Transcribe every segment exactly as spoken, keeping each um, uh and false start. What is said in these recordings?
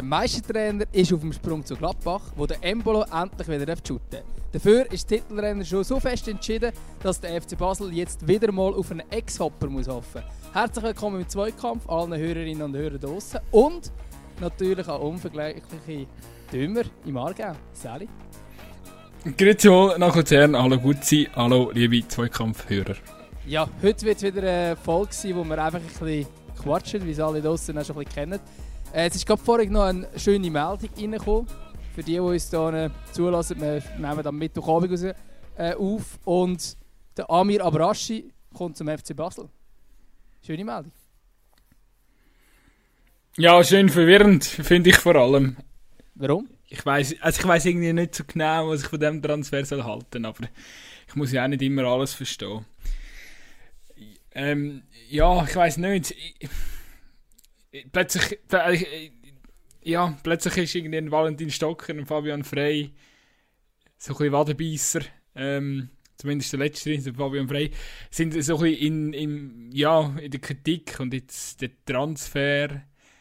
Meistertrainer ist auf dem Sprung zu Gladbach, wo der Embolo endlich wieder shooten darf. Dafür ist der Titeltrainer schon so fest entschieden, dass der F C Basel jetzt wieder mal auf einen Ex-Hopper muss hoffen. Herzlich willkommen im Zweikampf, allen Hörerinnen und Hörern draussen und natürlich auch unvergleichliche Dümmer im Aargau. Sally. Grüezi wohl nach Luzern, hallo Gutzi, hallo liebe Zweikampfhörer. Ja, heute wird es wieder eine Folge sein, wo wir einfach ein bisschen quatschen, wie es alle draussen auch schon ein bisschen kennen. Äh, es ist gerade vorhin noch eine schöne Meldung reingekommen. Für die, die uns hier zulassen, wir nehmen am Mittwochabend raus, äh, auf. Und der Amir Abrashi kommt zum F C Basel. Schöne Meldung. Ja, schön verwirrend, finde ich vor allem. Warum? Ich weiss, also ich weiss irgendwie nicht so genau, was ich von diesem Transfer soll halten, aber ich muss ja auch nicht immer alles verstehen. Ähm, ja, ich weiss nicht. Ich, ich, plötzlich, ich, ja, plötzlich ist irgendwie ein Valentin Stocker und Fabian Frey so ein bisschen Wadenbeisser. Ähm, zumindest der letzte, so Fabian Frey, sind so ein bisschen in, in, ja, in der Kritik und jetzt der Transfer.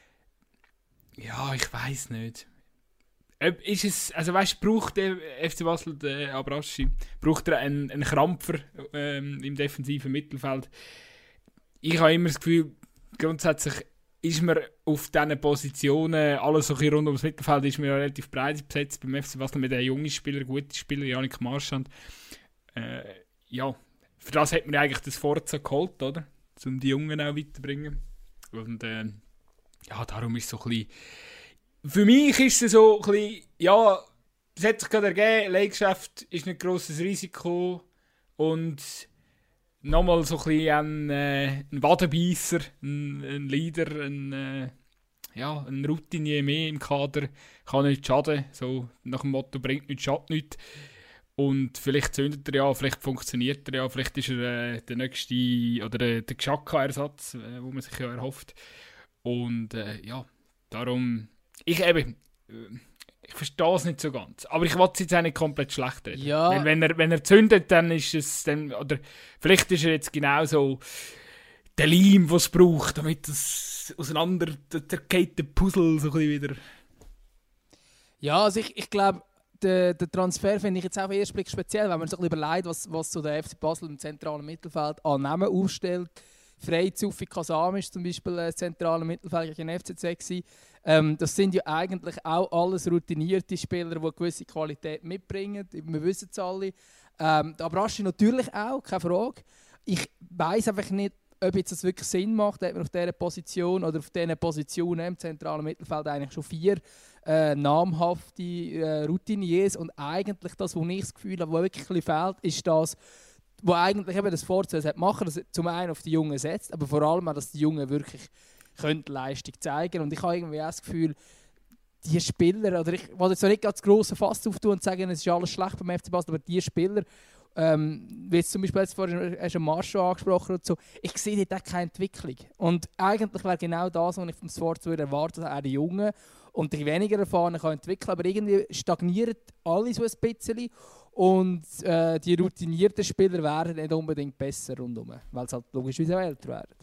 Ja, ich weiss nicht. Ist es, also weißt, braucht der F C Basel, der Abrashi, braucht er einen, einen Krampfer ähm, im defensiven Mittelfeld? Ich habe immer das Gefühl, grundsätzlich ist man auf diesen Positionen, alles so ein bisschen rund ums Mittelfeld, ist man ja relativ breit besetzt beim F C Basel mit den jungen Spielern, guten Spielern, Janik Marschand. Äh, ja, für das hat man eigentlich das Forza geholt, oder? Um die Jungen auch weiterzubringen. Und äh, ja, darum ist es so ein bisschen... Für mich ist es so ein bisschen, ja, es hat sich gerade ergeben, Leihgeschäft ist nicht ein grosses Risiko und nochmal so ein bisschen ein, äh, ein Wadenbeisser, ein, ein Leader, ein, äh, ja, ein Routinier mehr im Kader, kann nicht schaden, so nach dem Motto, bringt nichts, schadet nichts. Und vielleicht zündet er ja, vielleicht funktioniert er ja, vielleicht ist er äh, der nächste, oder äh, der Xhaka-Ersatz, äh, wo man sich ja erhofft. Und äh, ja, darum... Ich eben, ich verstehe es nicht so ganz. Aber ich will es jetzt auch nicht komplett schlecht reden. Ja. Weil wenn er, wenn er zündet, dann ist es dann, oder vielleicht ist er jetzt genau so der Leim, den es braucht, damit das auseinander, der, der geht der Puzzle so ein bisschen wieder. Ja, also ich, ich glaube, den, den Transfer finde ich jetzt auch auf den ersten Blick speziell, wenn man sich überlegt, was, was so der F C Basel im zentralen Mittelfeld an Namen aufstellt. Frey, Zuffi, Kasam ist zum Beispiel ein zentraler Mittelfeld gegen F C Z gewesen. Ähm, das sind ja eigentlich auch alles routinierte Spieler, die eine gewisse Qualität mitbringen. Wir wissen es alle. Ähm, der Abrashi natürlich auch, keine Frage. Ich weiss einfach nicht, ob jetzt das wirklich Sinn macht, dass man auf dieser Position oder auf diesen Positionen im zentralen Mittelfeld eigentlich schon vier äh, namhafte äh, Routiniers und eigentlich das, wo ich das Gefühl habe, was wirklich ein bisschen fehlt, ist das, wo eigentlich eben das Vorzeichen machen, dass er zum einen auf die Jungen setzt, aber vor allem auch, dass die Jungen wirklich können Leistung zeigen. Und ich habe irgendwie auch das Gefühl, die Spieler, oder ich will jetzt auch nicht ganz grosse Fass auftun und sagen, es ist alles schlecht beim F C Basel, aber die Spieler, ähm, wie jetzt zum Beispiel jetzt vorhin hast du Marschall angesprochen und so, ich sehe dort auch keine Entwicklung. Und eigentlich wäre genau das, was ich vom Sport erwarten würde, auch die Jungen und die weniger Erfahrenen können entwickeln, aber irgendwie stagnieren alle so ein bisschen. Und äh, die routinierten Spieler werden nicht unbedingt besser rundherum, weil es halt logischerweise älter werden.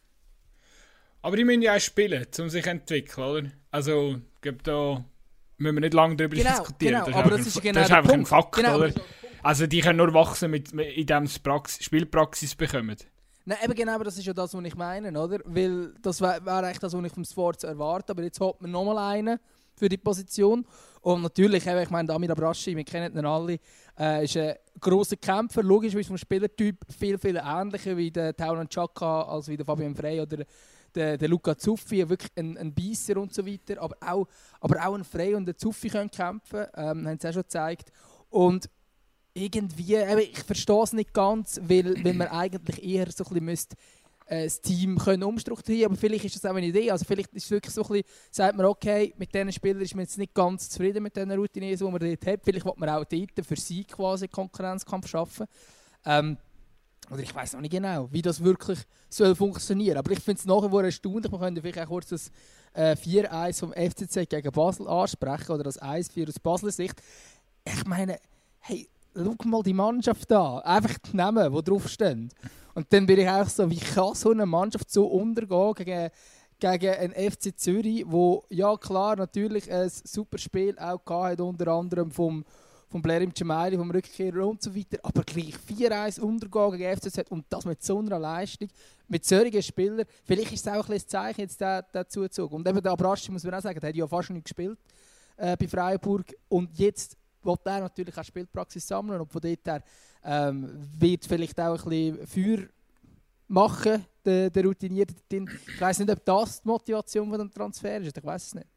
Aber die müssen ja auch spielen, um sich zu entwickeln, oder? Also, ich glaube, da müssen wir nicht lange darüber genau, diskutieren. Genau, das ist aber einfach, das ist ein, genau das ist einfach ein Punkt. Fakt, Genau, oder? Also, die können nur wachsen, mit, indem sie Praxis, Spielpraxis bekommen. Nein, eben genau, aber das ist ja das, was ich meine, oder? Weil das wäre wär eigentlich das, was ich vom Sforza erwarte, aber jetzt hat man nochmal einen für die Position. Und natürlich, ich meine, Amir Abrashi, wir kennen ihn alle, äh, ist ein grosser Kämpfer, logischerweise vom Spielertyp viel, viel ähnlicher wie der Taulan Xhaka, als wie der Fabian Frey oder der, der Luca Zuffi, wirklich ein, ein Beisser und so weiter, aber auch, aber auch ein Frey und ein Zuffi können kämpfen, ähm, haben sie auch schon gezeigt. Und irgendwie, eben, ich verstehe es nicht ganz, weil, weil man eigentlich eher so ein bisschen müsste, äh, das Team können umstrukturieren, aber vielleicht ist das auch eine Idee. Also vielleicht ist es wirklich so ein bisschen, sagt man, okay, mit diesen Spielern ist man jetzt nicht ganz zufrieden mit diesen Routinen, die man dort hat. Vielleicht will man auch dort für sie quasi Konkurrenzkampf schaffen. Ähm, oder ich weiss noch nicht genau, wie das wirklich soll funktionieren. Aber ich finde es nachher wohl erstaunlich. Wir können vielleicht auch kurz das äh, vier eins vom F C Z gegen Basel ansprechen oder das eins vier aus Basler Sicht. Ich meine, hey, schau mal die Mannschaft an. Einfach die Namen, die draufstehen. Und dann bin ich auch so, wie kann so eine Mannschaft so untergehen gegen, gegen einen F C Zürich, wo ja klar natürlich ein super Spiel auch hatte, unter anderem vom, vom Blerim Cemaili, vom Rückkehrer und so weiter, aber gleich vier eins untergehen gegen F C Z und das mit so einer Leistung, mit solchen Spielern. Vielleicht ist es auch ein bisschen ein Zeichen, jetzt der, der Zuzug. Und eben der Abraschi, muss man auch sagen, der hat ja fast nicht gespielt äh, bei Freiburg und jetzt will er natürlich auch Spielpraxis sammeln und von dort her ähm, wird vielleicht auch ein bisschen Feuer machen, der, der Routinierte. Ich weiss nicht, ob das die Motivation von dem Transfer ist, ich weiß es nicht.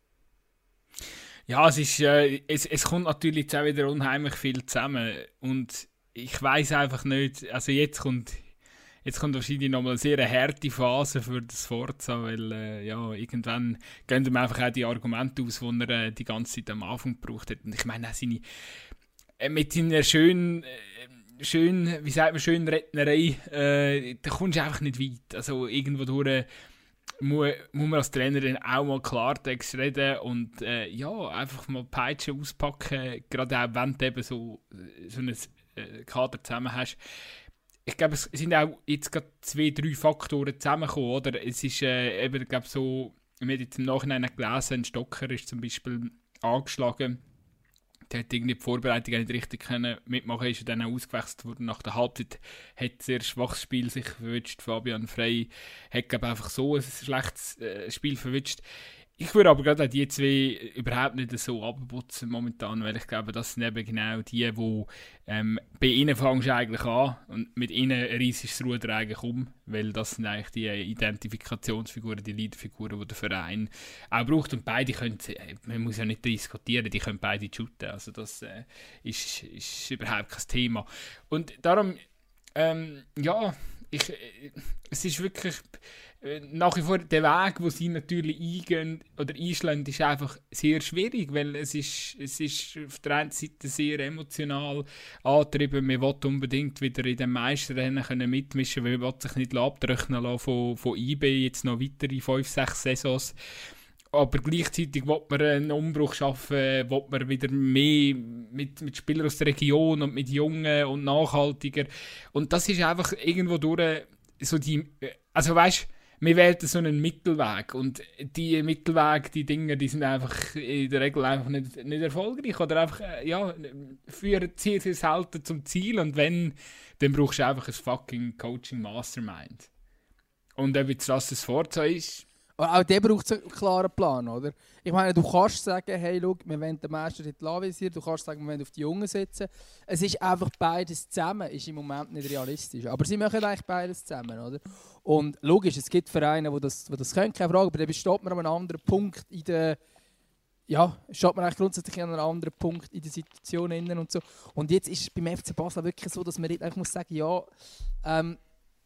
Ja, es, ist, äh, es, es kommt natürlich jetzt auch wieder unheimlich viel zusammen und ich weiss einfach nicht, also jetzt kommt, jetzt kommt wahrscheinlich nochmal eine sehr harte Phase für das Forza, weil äh, ja, irgendwann gehen ihm einfach auch die Argumente aus, die er äh, die ganze Zeit am Anfang gebraucht hat. Und ich meine auch seine, äh, mit seiner schönen, äh, schön, wie sagt man, schönen Rednerei, äh, da kommst du einfach nicht weit. Also irgendwo durch muss, muss man als Trainer dann auch mal Klartext reden und äh, ja, einfach mal Peitsche auspacken, gerade auch wenn du eben so, so einen äh, Kader zusammen hast. Ich glaube, es sind auch jetzt gerade zwei, drei Faktoren zusammengekommen, oder? Es ist äh, eben, ich glaube, so, wir haben jetzt im Nachhinein gelesen, ein Stocker ist zum Beispiel angeschlagen. Der hat irgendwie die Vorbereitung nicht richtig können mitmachen, ist dann auch ausgewechselt worden. Nach der Halbzeit hat ein sehr schwaches Spiel sich verwünscht. Fabian Frey hat, glaube ich, einfach so ein schlechtes äh, Spiel verwünscht. Ich würde aber gerade auch die zwei überhaupt nicht so abputzen momentan, weil ich glaube, das sind eben genau die, die ähm, bei ihnen fangst du eigentlich an und mit ihnen reissest das Ruder eigentlich um, weil das sind eigentlich die Identifikationsfiguren, die Leaderfiguren, die der Verein auch braucht und beide können, man muss ja nicht diskutieren, die können beide shooten, also das äh, ist, ist überhaupt kein Thema. Und darum, ähm, ja, ich, äh, es ist wirklich nach wie vor der Weg, den sie natürlich eingehen oder einschlagen, ist einfach sehr schwierig, weil es ist, es ist auf der einen Seite sehr emotional angetrieben. Man will unbedingt wieder in den Meisterrennen können mitmischen, weil man will sich nicht abdrücken lassen von, von I B jetzt noch weitere fünf, sechs Saisons. Aber gleichzeitig will man einen Umbruch schaffen, will man wieder mehr mit, mit Spielern aus der Region und mit Jungen und nachhaltiger. Und das ist einfach irgendwo durch so die, also weißt, wir wählen so einen Mittelweg und die Mittelweg, die Dinge, die sind einfach in der Regel einfach nicht, nicht erfolgreich oder einfach, ja, führen sehr, sehr selten zum Ziel und wenn, dann brauchst du einfach ein fucking Coaching Mastermind. Und ob jetzt das das Forza ist... Aber auch der braucht einen klaren Plan, oder? Ich meine, du kannst sagen, hey, schau, wir wollen den Meister nicht anvisieren, du kannst sagen, wir wollen auf die Jungen setzen. Es ist einfach beides zusammen, ist im Moment nicht realistisch. Aber sie machen eigentlich beides zusammen, oder? Und logisch, es gibt Vereine, die das, die das können, keine Frage, aber dann steht man an einem anderen Punkt in der... Ja, steht man eigentlich grundsätzlich an einem anderen Punkt in der Situation innen und so. Und jetzt ist es beim F C Basel wirklich so, dass man einfach muss sagen, ja, ähm,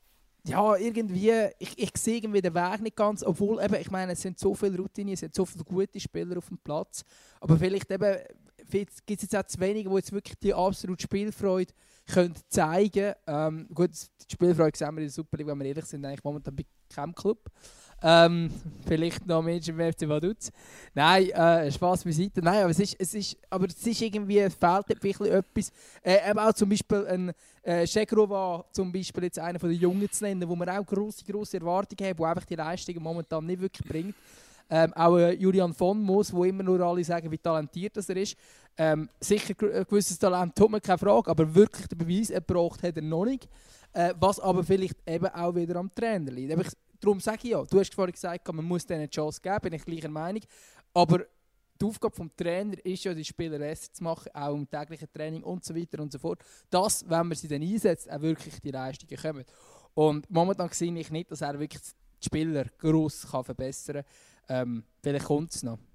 ja, irgendwie, ich, ich sehe irgendwie den Weg nicht ganz, obwohl eben, ich meine, es sind so viele Routinen, es sind so viele gute Spieler auf dem Platz, aber vielleicht eben, gibt es jetzt auch zu wenige, die jetzt wirklich die absolute Spielfreude können zeigen können. Ähm, gut, die Spielfreude sehen wir in der Super League, wenn wir ehrlich sind, eigentlich momentan bei keinem Club. Ähm, vielleicht noch Menschen im F C Vaduz. Nein, äh, Spaß beiseite. Nein, aber es ist, es ist, aber es ist irgendwie, es fehlt ein bisschen etwas. Äh, eben auch zum Beispiel ein äh, Shegrova, zum Beispiel jetzt einer von den Jungen zu nennen, wo man auch grosse, grosse Erwartungen hat, wo einfach die Leistungen momentan nicht wirklich bringt. Ähm, auch äh, Julian von Moos, wo immer nur alle sagen, wie talentiert das er ist. Ähm, sicher ein gewisses Talent, tut mir keine Frage, aber wirklich den Beweis erbracht hat er noch nicht. Äh, was aber vielleicht eben auch wieder am Trainer liegt. Aber ich, darum sage ich ja, du hast vorhin gesagt, man muss denen eine Chance geben, bin ich gleicher Meinung. Aber die Aufgabe des Trainers ist ja, die Spieler besser zu machen, auch im täglichen Training und so weiter und so fort. Dass, wenn man sie dann einsetzt, auch wirklich die Leistungen kommen. Und momentan sehe ich nicht, dass er wirklich die Spieler gross kann verbessern kann. Ähm, vielleicht kommt es noch.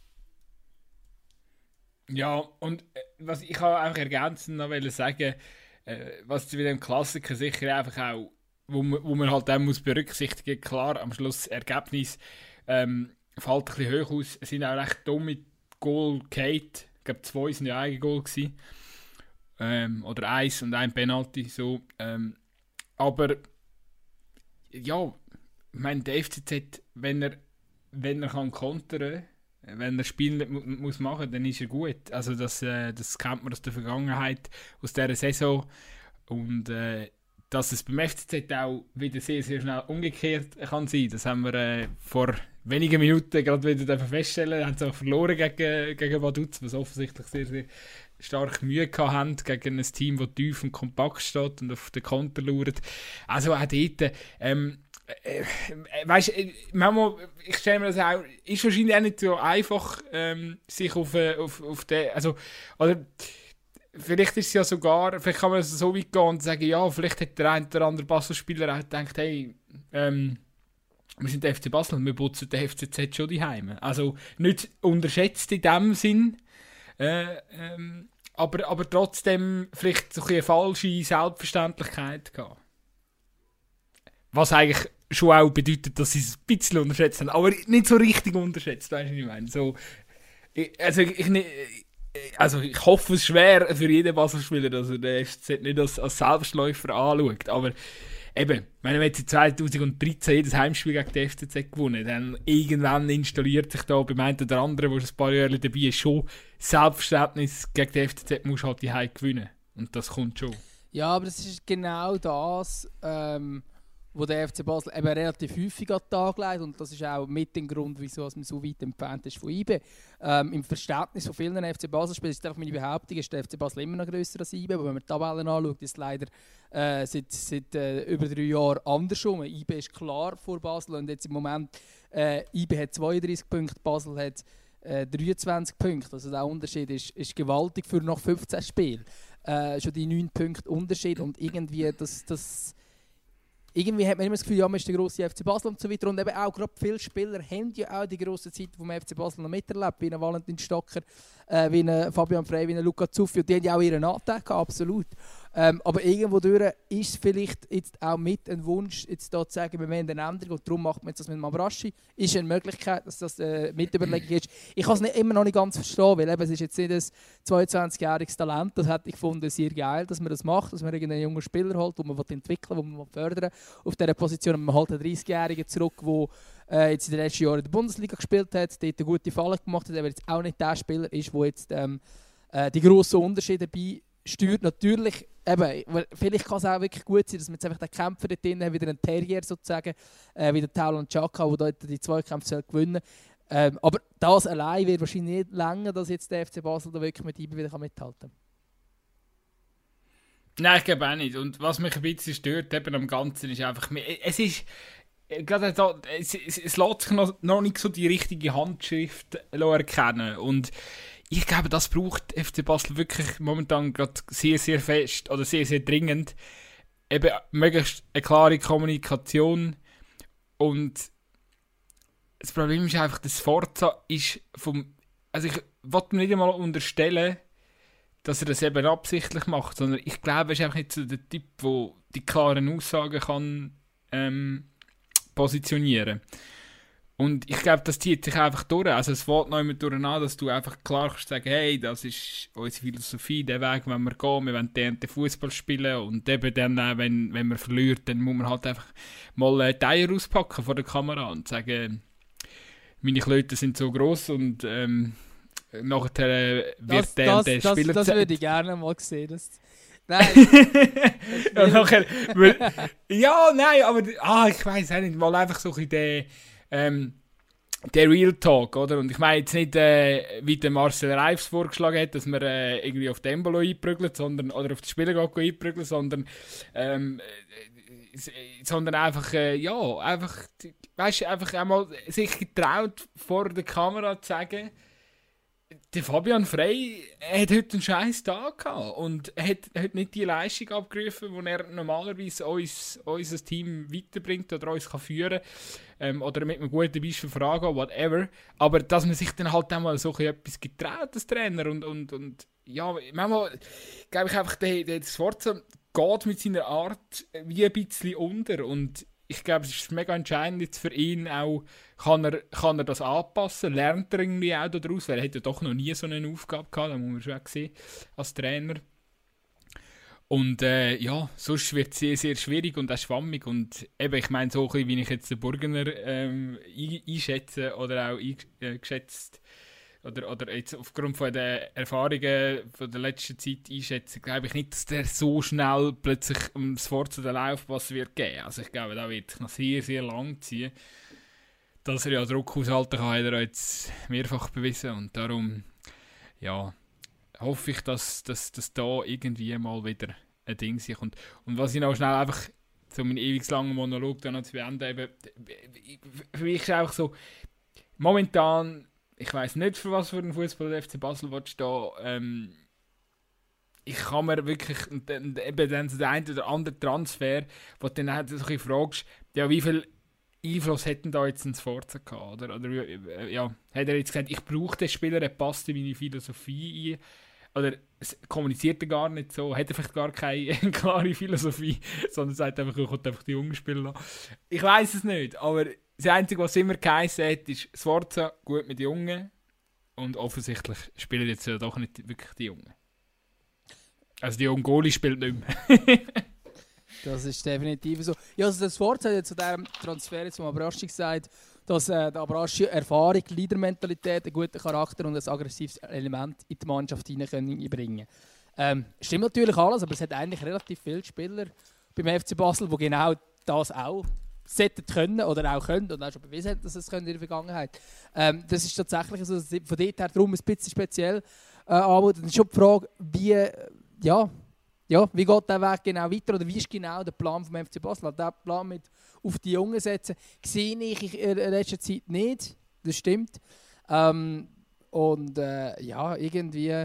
Ja, und äh, was ich auch einfach ergänzend noch sagen, äh, was zu dem Klassiker sicher einfach auch, wo man, wo man halt auch muss berücksichtigen, klar, am Schluss das Ergebnis ähm, fällt ein bisschen hoch aus. Es sind auch recht dumme Goal Kate. Ich glaube, zwei sind ja eigene Goal gewesen. Ähm, oder eins und ein Penalty. So. Ähm, aber ja, ich meine, der F C Z, wenn er, wenn er kann kontern, wenn er das Spiel nicht mu- muss machen, dann ist er gut. Also das, äh, das kennt man aus der Vergangenheit, aus dieser Saison. Und äh, dass es beim F C Z auch wieder sehr, sehr schnell umgekehrt kann sein. Das haben wir äh, vor wenigen Minuten gerade wieder feststellen. Haben sie auch verloren gegen, gegen Vaduz, was offensichtlich sehr, sehr stark Mühe gehabt haben gegen ein Team, das tief und kompakt steht und auf den Konter lauert. Also auch dort, ähm, äh, weißt du, manchmal, ich stelle mir das auch, ist wahrscheinlich auch nicht so einfach, ähm, sich auf, auf, auf den, also, oder vielleicht ist es ja sogar, vielleicht kann man so weit gehen und sagen, ja, vielleicht hat der eine oder andere Basel-Spieler auch gedacht, hey, ähm, wir sind der F C Basel, wir putzen den F C Z schon die Heime. Also nicht unterschätzt in dem Sinn, äh, ähm, aber, aber trotzdem vielleicht so eine falsche Selbstverständlichkeit gehabt. Was eigentlich schon auch bedeutet, dass sie es ein bisschen unterschätzt haben, aber nicht so richtig unterschätzt, weißt du, was ich meine? So, ich, also ich, ich, also ich hoffe es schwer für jeden Basel-Spieler, dass er den F C Z nicht als, als Selbstläufer anschaut, aber eben, wenn wir jetzt in zweitausenddreizehn jedes Heimspiel gegen den F C Z gewonnen, dann irgendwann installiert sich da beim einen oder anderen, der ein paar Jahre dabei ist, schon Selbstverständnis, gegen den F C Z musst du halt die Heim gewinnen. Und das kommt schon. Ja, aber das ist genau das, ähm, wo der F C Basel eben relativ häufig an den Tag legt. Und das ist auch mit dem Grund, wieso man so weit entfernt ist von I B. Ähm, Im Verständnis von vielen F C Basel-Spielern ist einfach meine Behauptung, ist der F C Basel immer noch grösser als I B. Aber wenn man die Tabellen anschaut, ist es leider äh, seit, seit äh, über drei Jahren andersrum. I B ist klar vor Basel und jetzt im Moment äh, I B hat zweiunddreissig Punkte, Basel hat äh, dreiundzwanzig Punkte. Also der Unterschied ist, ist gewaltig für noch fünfzehn Spiele. Äh, schon die neun Punkte Unterschied und irgendwie das, das irgendwie hat man immer das Gefühl, ja, man ist der grosse F C Basel und so weiter. Und eben auch gerade viele Spieler haben ja auch die grosse Zeit vom F C Basel noch miterlebt, wie ein Valentin Stocker, äh, wie ein Fabian Frey, wie ein Luca Zuffi. Und die haben ja auch ihren Anteil gehabt, absolut. Ähm, aber irgendwo durch ist es vielleicht jetzt auch mit ein Wunsch, jetzt da zu sagen, wir wollen eine Änderung und darum macht man jetzt das mit Mabraschi. Ist eine Möglichkeit, dass das äh, mit Überlegung ist. Ich kann es nicht, immer noch nicht ganz verstehen, weil eben, es ist jetzt nicht ein zweiundzwanzigjähriges Talent. Das hätte ich gefunden sehr geil, dass man das macht, dass man irgendeinen jungen Spieler holt, den man entwickeln will, den man fördern will. Auf dieser Position haben wir halt einen dreißigjährigen zurück, der äh, jetzt in den letzten Jahren in der Bundesliga gespielt hat, dort eine gute Falle gemacht hat, aber jetzt auch nicht der Spieler ist, der jetzt ähm, äh, die grossen Unterschiede dabei steuert. Natürlich, eben, vielleicht kann es auch wirklich gut sein, dass wir jetzt einfach den Kämpfer dort drin haben, wieder einen Terrier sozusagen, äh, wie der Taulan Chaka, der dort die Zweikämpfe gewinnen soll. Ähm, aber das allein wird wahrscheinlich nicht länger, dass jetzt der F C Basel da wirklich mit I B wieder mithalten kann. Nein, ich glaube auch nicht. Und was mich ein bisschen stört eben am Ganzen ist einfach, es ist, gerade da, es, es, es lässt sich noch, noch nicht so die richtige Handschrift erkennen. Und ich glaube, das braucht F C Basel wirklich momentan gerade sehr, sehr fest oder sehr, sehr dringend. Eben möglichst eine klare Kommunikation. Und das Problem ist einfach, dass Forza ist vom, also ich wollte mir nicht einmal unterstellen, dass er das eben absichtlich macht, sondern ich glaube, er ist einfach nicht so der Typ, der die klaren Aussagen kann ähm, positionieren. Und ich glaube, das zieht sich einfach durch. Also es fällt noch immer durch an, dass du einfach klar kannst sagen, hey, das ist unsere Philosophie, der Weg, wenn wir gehen, wir wollen den, den Fußball spielen und eben dann, äh, wenn, wenn man verliert, dann muss man halt einfach mal äh, die Eier auspacken vor der Kamera und sagen, meine Klöten sind so gross und ähm, nachher äh, wird das, der, das, der das, Spieler... Das, das würde ich gerne mal sehen. Das, nein. ja, nachher, ja, nein, aber ah, ich weiss auch nicht, mal einfach so ein der, ähm, der Real Talk, oder? Und ich meine jetzt nicht, äh, wie der Marcel Reifs vorgeschlagen hat, dass man äh, irgendwie auf den Embolo einprügelt, sondern, oder auf den Spieler einprügelt, sondern ähm, sondern einfach, äh, ja, einfach, weißt du, einfach einmal sich getraut, vor der Kamera zu sagen, der Fabian Frey hat heute einen scheiß Tag gehabt und hat, hat nicht die Leistung abgerufen, die er normalerweise uns, unser Team weiterbringt oder uns kann führen kann. Ähm, oder mit einem guten Beispiel fragen, whatever. Aber dass man sich dann halt einmal so etwas getraut als Trainer und, und, und ja, manchmal glaube ich einfach, der, der Sforza geht mit seiner Art wie ein bisschen unter und ich glaube, es ist mega entscheidend jetzt für ihn auch, kann er, kann er das anpassen, lernt er irgendwie auch daraus, weil er hat ja doch noch nie so eine Aufgabe gehabt, das muss man schon auch sehen, als Trainer. Und äh, ja, sonst wird es sehr, sehr schwierig und auch schwammig und eben, ich meine, so ein bisschen, wie ich jetzt den Burgener ähm, einschätze oder auch eingeschätzt oder, oder jetzt aufgrund von der Erfahrungen von der letzten Zeit einschätzen, glaube ich nicht, dass der so schnell plötzlich ums Sforza den Laufpass wird geben. Also ich glaube, da wird sich noch sehr, sehr lang ziehen. Dass er ja Druck aushalten kann, hat er jetzt mehrfach bewiesen und darum, ja, hoffe ich, dass, dass, dass da irgendwie mal wieder ein Ding sich kommt. Und was ich noch schnell einfach, so meinen ewig langen Monolog dann noch zu beenden, eben, für mich ist einfach so, momentan, ich weiss nicht, für was für einen Fußball der F C Basel stehen. Ähm, ich kann mir wirklich, und, und eben dann so der eine oder andere Transfer, wo du dann halt so ein bisschen fragst, ja, wie viel Einfluss hätten da jetzt ein Sforza gehabt, oder? Oder ja, hat er jetzt gesagt, ich brauche den Spieler, er passt in meine Philosophie ein, oder es kommuniziert er gar nicht so, hat er vielleicht gar keine klare Philosophie, sondern sagt einfach, ich will einfach die Jungen spielen lassen. Ich weiss es nicht, aber das Einzige, was immer geheißen hat, ist Sforza gut mit den Jungen und offensichtlich spielen jetzt ja doch nicht wirklich die Jungen. Also die Ongoli spielt nicht mehr. Das ist definitiv so. Ja, also das Sforza hat ja zu diesem Transfer jetzt vom Abraschi gesagt, dass äh, der Abraschi Erfahrung, Leadermentalität, einen guten Charakter und ein aggressives Element in die Mannschaft hineinbringen können. Ähm, stimmt natürlich alles, aber es hat eigentlich relativ viele Spieler beim F C Basel, die genau das auch sollten können oder auch können und auch schon bewiesen haben, dass sie es können in der Vergangenheit. Ähm, das ist tatsächlich so, von dort her darum ein bisschen speziell. Äh, aber dann ist schon die Frage, wie, ja, ja, wie geht der Weg genau weiter oder wie ist genau der Plan vom F C Basel? Der Plan mit auf die Jungen setzen, sehe ich in letzter Zeit nicht. Das stimmt. Ähm, und äh, ja, irgendwie...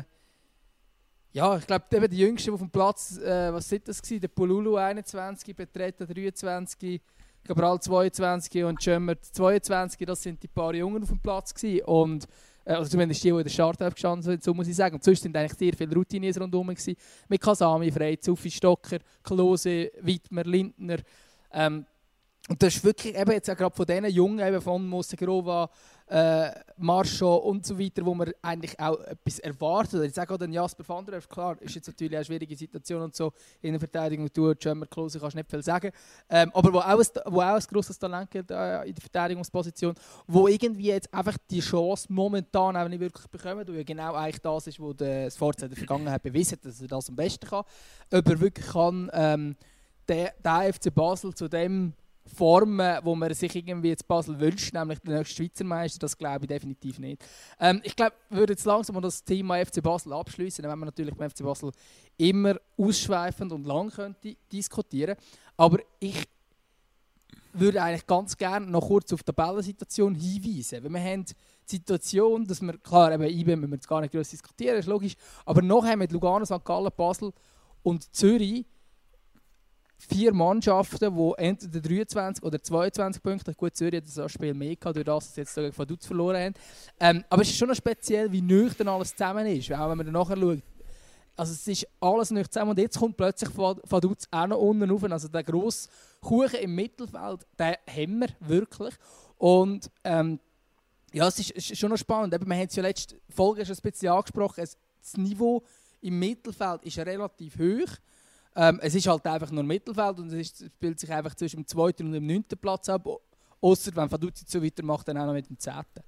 Ja, ich glaube, eben die Jüngsten, die auf dem Platz, äh, was sind das gewesen? Der Pululu einundzwanzig, Betreta dreiundzwanzig, Cabral zweiundzwanzig und Schömer zweiundzwanzig. Das sind die paar Jungen auf dem Platz gewesen. Und also zumindest die, die in der Startelf gestanden sind, so muss ich sagen. Und sonst sind eigentlich sehr viele Routiniers rundherum gewesen. Mit Kasami, Frey, Zuffi, Stocker, Klose, Wittmer, Lindner. Ähm, und das ist wirklich eben jetzt auch gerade von diesen Jungen, eben von Mosegrova, äh, Marchand und so weiter, wo man eigentlich auch etwas erwartet. Ich sage auch den Jasper van der Werf, klar, ist jetzt natürlich eine schwierige Situation und so in der Verteidigung. Du, Schömer, Klose, kannst nicht viel sagen. Ähm, aber wo auch, ein, wo auch ein grosses Talent gibt äh, in der Verteidigungsposition, wo irgendwie jetzt einfach die Chance momentan auch nicht wirklich bekommen, weil ja genau eigentlich das ist, was der Sforza in der Vergangenheit bewiesen hat, dass er das am besten kann. Ob er wirklich kann, ähm, der, der F C Basel zu dem Formen, wo man sich irgendwie jetzt Basel wünscht, nämlich der nächste Schweizer Meister, das glaube ich definitiv nicht. Ähm, ich glaube, wir würden jetzt langsam das Thema F C Basel abschließen, wenn man natürlich beim F C Basel immer ausschweifend und lang könnte diskutieren. Aber ich würde eigentlich ganz gerne noch kurz auf die Tabellensituation hinweisen. Weil wir haben die Situation, dass wir, klar, eben I B M müssen wir jetzt gar nicht groß diskutieren, ist logisch, aber nachher mit Lugano, Sankt Gallen, Basel und Zürich vier Mannschaften, die entweder dreiundzwanzig oder zweiundzwanzig Punkte, gut, Zürich hat das Spiel mehr gehabt, durch das sie jetzt gegen Vaduz verloren haben. Ähm, aber es ist schon noch speziell, wie nüchtern alles zusammen ist, auch wenn man dann nachher schaut. Also es ist alles nüchtern zusammen und jetzt kommt plötzlich Vaduz auch noch unten rauf. Also der grosse Kuchen im Mittelfeld, den haben wir wirklich. Und ähm, ja, es ist, ist schon noch spannend. Eben, wir haben es ja letzte Folge schon ein bisschen angesprochen, das Niveau im Mittelfeld ist relativ hoch. Ähm, es ist halt einfach nur Mittelfeld und es, ist, es spielt sich einfach zwischen dem zweiten und dem neunten Platz ab. Ausser wenn Vaduz so weitermacht, dann auch noch mit dem zehnten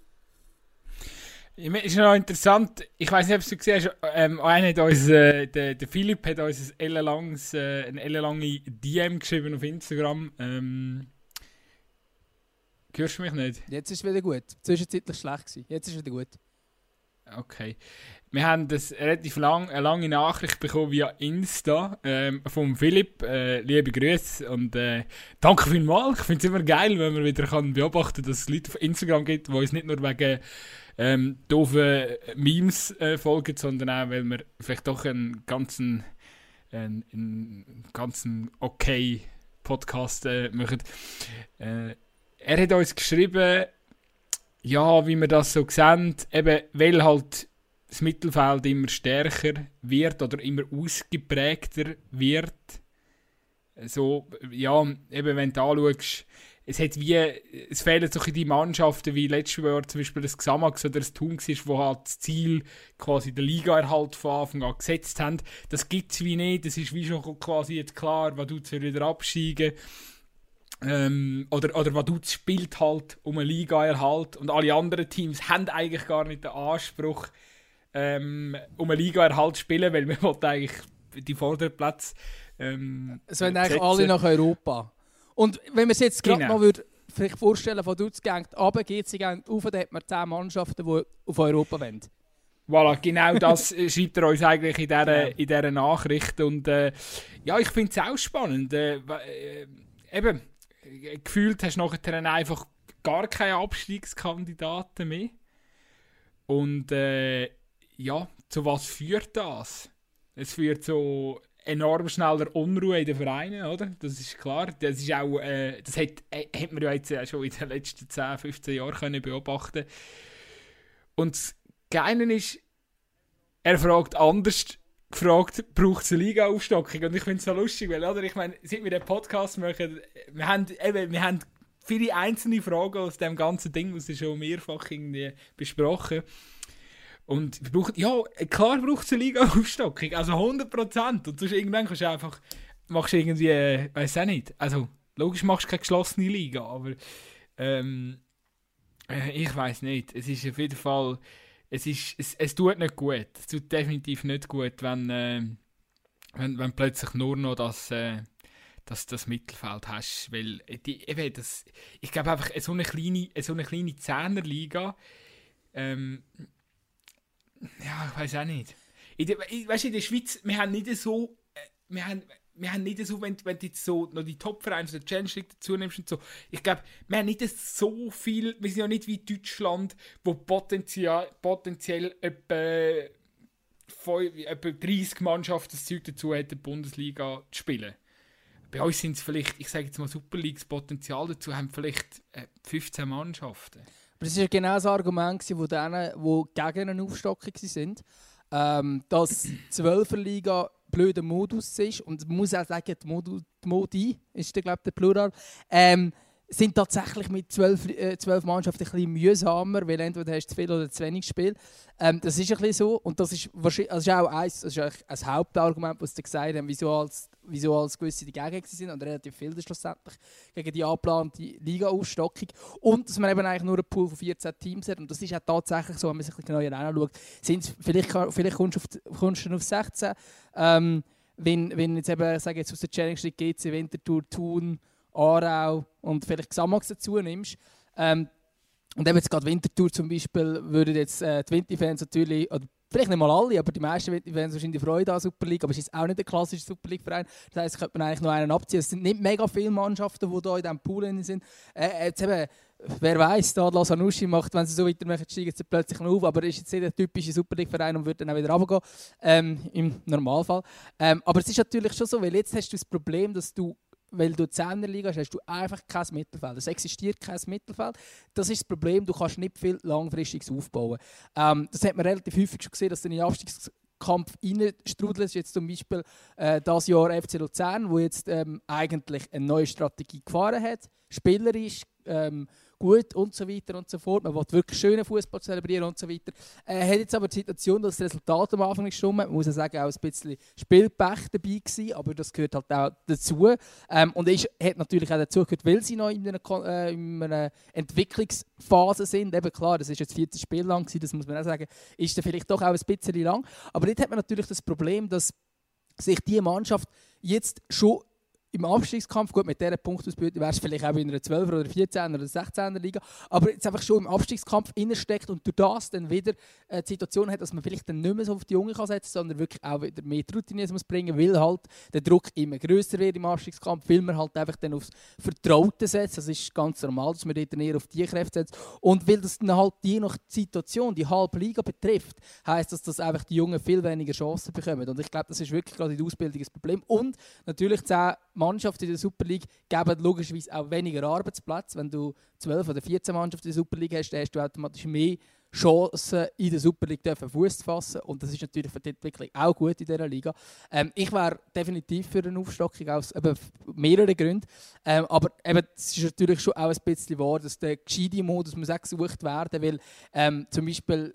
Es ist noch interessant, ich weiß nicht, ob du gesehen hast, ähm, einer hat uns, äh, der, der Philipp hat uns ein ellenlanges, äh, eine ellenlange D M geschrieben auf Instagram. Ähm, hörst du mich nicht? Jetzt ist es wieder gut. Zwischenzeitlich schlecht gewesen. Jetzt ist es wieder gut. Okay. Wir haben das relativ lang, eine lange Nachricht bekommen via Insta ähm, vom Philipp. Äh, liebe Grüße und äh, danke vielmals. Ich finde es immer geil, wenn man wieder kann beobachten kann, dass es Leute auf Instagram gibt, die uns nicht nur wegen ähm, doofen Memes äh, folgen, sondern auch, weil wir vielleicht doch einen ganzen, einen, einen ganzen okay Podcast äh, machen. Äh, er hat uns geschrieben, ja, wie wir das so sehen, eben, weil halt das Mittelfeld immer stärker wird oder immer ausgeprägter wird. So, ja, eben wenn du anschaust, es, hat wie, es fehlen solche die Mannschaften wie letztes Jahr zum Beispiel das Xamax oder das Thun war, wo halt das Ziel quasi der Ligaerhalt von Anfang an gesetzt haben. Das gibt es wie nicht, das ist wie schon quasi jetzt klar, weil du wieder absteigen. Ähm, oder, oder Vaduz spielt halt um einen Liga-Erhalt und alle anderen Teams haben eigentlich gar nicht den Anspruch, ähm, um einen Liga-Erhalt zu spielen, weil wir wollten eigentlich die Vorderplätze ähm, es wollen eigentlich alle nach Europa. Und wenn man es jetzt gerade Genau. mal würde, vielleicht vorstellen, Vaduz geht runter, geht sie geht rauf, dann hat man zehn Mannschaften, die auf Europa wollen. Voilà, genau das äh, schreibt er uns eigentlich in dieser, Ja. in dieser Nachricht. Und äh, ja, ich finde es auch spannend. Äh, äh, eben, äh, gefühlt hast du nachher dann einfach gar keine Abstiegskandidaten mehr. Und äh, ja, zu was führt das? Es führt zu enorm schneller Unruhe in den Vereinen, oder? Das ist klar. Das ist auch, äh, das hat, äh, hat man ja jetzt äh, schon in den letzten zehn, fünfzehn Jahren können beobachten. Und das Geile ist, er fragt anders gefragt, braucht es eine Liga-Aufstockung? Und ich finde es so lustig, weil, oder? Ich meine, seit wir den Podcast machen, wir haben, eben, wir haben viele einzelne Fragen aus dem ganzen Ding, das ist schon mehrfach irgendwie besprochen. Und wir brauchen, ja, klar braucht es eine Liga-Aufstockung, also hundert Prozent. Und sonst irgendwann kannst du einfach, machst du irgendwie, äh, weiß auch nicht, also logisch machst du keine geschlossene Liga, aber ähm, äh, ich weiß nicht, es ist auf jeden Fall, es, ist, es, es tut nicht gut, es tut definitiv nicht gut, wenn, äh, wenn, wenn plötzlich nur noch das, äh, das, das Mittelfeld hast, weil die, eben das, ich glaube einfach, so eine kleine, so eine kleine Zehnerliga, ähm, ja, ich weiß auch nicht. In der, weißt du, in der Schweiz, wir haben nicht so, äh, wir haben, wir haben nicht so, wenn, wenn du jetzt so noch die Top-Vereine der Challenge League dazu nimmst und so, ich glaube, wir haben nicht so viel, wir sind ja nicht wie Deutschland, wo potenziell, potenziell etwa, etwa dreißig Mannschaften das Zeug dazu hat, die Bundesliga zu spielen. Bei uns sind es vielleicht, ich sage jetzt mal Super League, das Potenzial dazu haben vielleicht äh, fünfzehn Mannschaften. Aber das war ja genau das Argument, das denen, die gegen eine Aufstockung waren, ähm, dass die Zwölferliga blöder Modus ist. Und man muss auch sagen, die, Modu, die Modi, ist der, glaube ich, der Plural, ähm, sind tatsächlich mit zwölf, äh, zwölf Mannschaften ein bisschen mühsamer, weil entweder hast du zu viel oder zu wenig Spiel. Ähm, das ist ein bisschen so. Und das ist, wahrscheinlich, also ist auch eins, das ist eigentlich ein Hauptargument, was sie gesagt haben, wieso als, wieso als gewisse dagegen sind, und relativ viele schlussendlich, gegen die angeplante Liga-Aufstockung. Und dass man eben eigentlich nur einen Pool von vierzehn Teams hat. Und das ist auch tatsächlich so, wenn man sich ein bisschen genauer anschaut. Sind's, vielleicht, vielleicht kommst du auf, kommst du auf sechzehn. Ähm, wenn, wenn jetzt eben, sage jetzt aus der Challenge League G C, Winterthur, Thun, Aarau und vielleicht Xamax dazu nimmst. Ähm, und eben jetzt gerade Winterthur zum Beispiel, würden jetzt äh, die Winterfans natürlich, oder vielleicht nicht mal alle, aber die meisten Winterfans wahrscheinlich Freude an Super League, aber es ist auch nicht der klassische Super League-Verein. Das heisst, könnte man eigentlich noch einen abziehen. Es sind nicht mega viele Mannschaften, die hier in diesem Pool sind. Äh, jetzt eben, wer weiss, da Lasanuschi macht, wenn sie so weitermachen, steigen sie plötzlich noch auf, aber er ist jetzt nicht der typische Super League-Verein und würde dann auch wieder runtergehen, ähm, im Normalfall. Ähm, aber es ist natürlich schon so, weil jetzt hast du das Problem, dass du, weil du die Zehnerliga hast, hast du einfach kein Mittelfeld. Es existiert kein Mittelfeld. Das ist das Problem, du kannst nicht viel Langfristiges aufbauen. Ähm, das hat man relativ häufig schon gesehen, dass du in den Abstiegskampf reinstrudelst. Jetzt zum Beispiel äh, das Jahr F C Luzern, wo jetzt ähm, eigentlich eine neue Strategie gefahren hat, spielerisch, ähm, gut und so weiter und so fort. Man will wirklich schönen Fußball zelebrieren und so weiter. Er äh, hat jetzt aber die Situation, dass das Resultat am Anfang nicht stimmt. Man muss ja sagen, auch ein bisschen Spielpech dabei gewesen, aber das gehört halt auch dazu. Ähm, und er hat natürlich auch dazu gehört, weil sie noch in einer, äh, in einer Entwicklungsphase sind. Eben klar, das ist jetzt vierzig Spiele lang gewesen, das muss man auch sagen, ist dann vielleicht doch auch ein bisschen lang. Aber dort hat man natürlich das Problem, dass sich die Mannschaft jetzt schon im Abstiegskampf, gut, mit dieser Punktausbeute wärst du vielleicht auch in einer zwölfer oder vierzehner oder sechzehner Liga, aber jetzt einfach schon im Abstiegskampf innersteckt und durch das dann wieder äh, die Situation hat, dass man vielleicht dann nicht mehr so auf die Jungen kann setzen kann, sondern wirklich auch wieder mehr Routine muss bringen, weil halt der Druck immer grösser wird im Abstiegskampf, weil man halt einfach dann aufs Vertraute setzt. Das ist ganz normal, dass man dort eher auf die Kräfte setzt. Und weil das dann halt je nach Situation die halbe Liga betrifft, heisst das, dass einfach die Jungen viel weniger Chancen bekommen. Und ich glaube, das ist wirklich gerade in der Ausbildung ein Problem. Und natürlich zehn Mannschaften in der Super League geben logischerweise auch weniger Arbeitsplätze. Wenn du zwölf oder vierzehn Mannschaften in der Super League hast, dann hast du automatisch mehr Chancen, in der Super League Fuß zu fassen. Und das ist natürlich für die Entwicklung auch gut in dieser Liga. Ähm, ich wäre definitiv für eine Aufstockung aus eben mehreren Gründen. Ähm, aber eben, es ist natürlich schon auch ein bisschen wahr, dass der gescheite Modus muss auch gesucht werden, weil ähm, zum Beispiel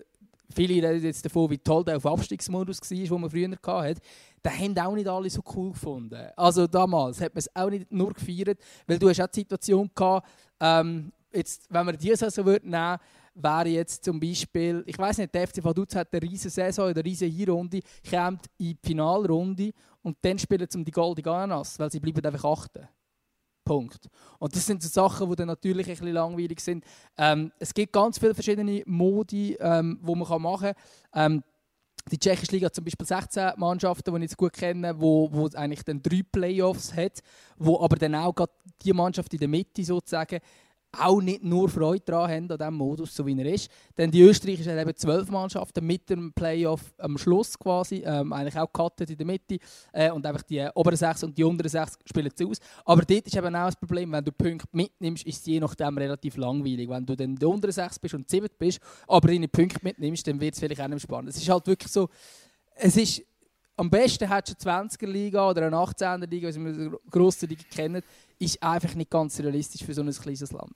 viele reden jetzt davon, wie toll der auf Abstiegsmodus war, den man früher hatte. Den haben auch nicht alle so cool gefunden. Also damals hat man es auch nicht nur gefeiert, weil du hast auch die Situation gehabt, ähm, jetzt, wenn man diese Saison nehmen würde, wäre jetzt zum Beispiel, ich weiß nicht, der F C Vaduz hat eine riesige Saison, eine riesige Hinrunde, kommt in die Finalrunde und dann spielen sie um die Goldene Ananas, weil sie bleiben einfach achten. Punkt. Und das sind so Sachen, die dann natürlich ein bisschen langweilig sind. Ähm, es gibt ganz viele verschiedene Modi, ähm, die man machen kann. Ähm, die Tschechische Liga hat zum Beispiel sechzehn Mannschaften, die ich jetzt gut kenne, wo, wo eigentlich dann drei Playoffs hat, wo aber dann auch gerade die Mannschaft in der Mitte sozusagen auch nicht nur Freude daran haben, an diesem Modus, so wie er ist. Denn die Österreicher haben eben zwölf Mannschaften mit dem Playoff am Schluss quasi, ähm, eigentlich auch gecuttet in der Mitte. Äh, und einfach die oberen sechs und die unteren sechs spielen zu aus. Aber dort ist eben auch das Problem, wenn du Punkte mitnimmst, ist es je nachdem relativ langweilig. Wenn du dann die unteren sechs bist und sieben bist, aber deine Punkte mitnimmst, dann wird es vielleicht auch nicht spannend. Es ist halt wirklich so, es ist, am besten hättest du eine zwanziger-Liga oder eine achtzehner-Liga, wie wir eine grosse Liga kennen, ist einfach nicht ganz realistisch für so ein kleines Land.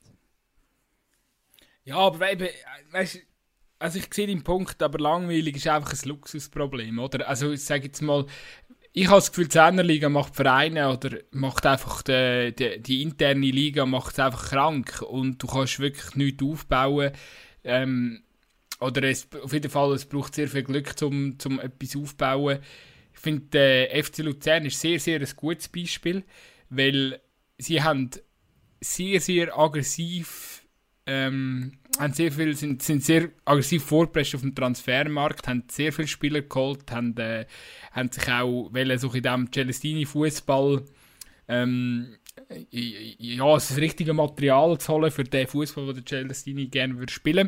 Ja, aber eben, weißt, also ich sehe den Punkt, aber langweilig ist einfach ein Luxusproblem, oder? Also ich sage jetzt mal, ich habe das Gefühl, die Zehnerliga macht Vereine oder macht einfach die, die, die interne Liga macht es einfach krank und du kannst wirklich nichts aufbauen. Ähm, oder es, auf jeden Fall, es braucht sehr viel Glück, um zum etwas aufzubauen. Ich finde, der F C Luzern ist sehr, sehr ein gutes Beispiel, weil sie haben sehr, sehr aggressiv, ähm, haben sehr viel, sind, sind sehr aggressiv vorgepresst auf dem Transfermarkt, haben sehr viele Spieler geholt, haben, äh, haben sich auch wollen, so in diesem Celestini-Fußball ähm, ja, das richtige Material zu holen für den Fußball, den der Celestini gerne würde spielen.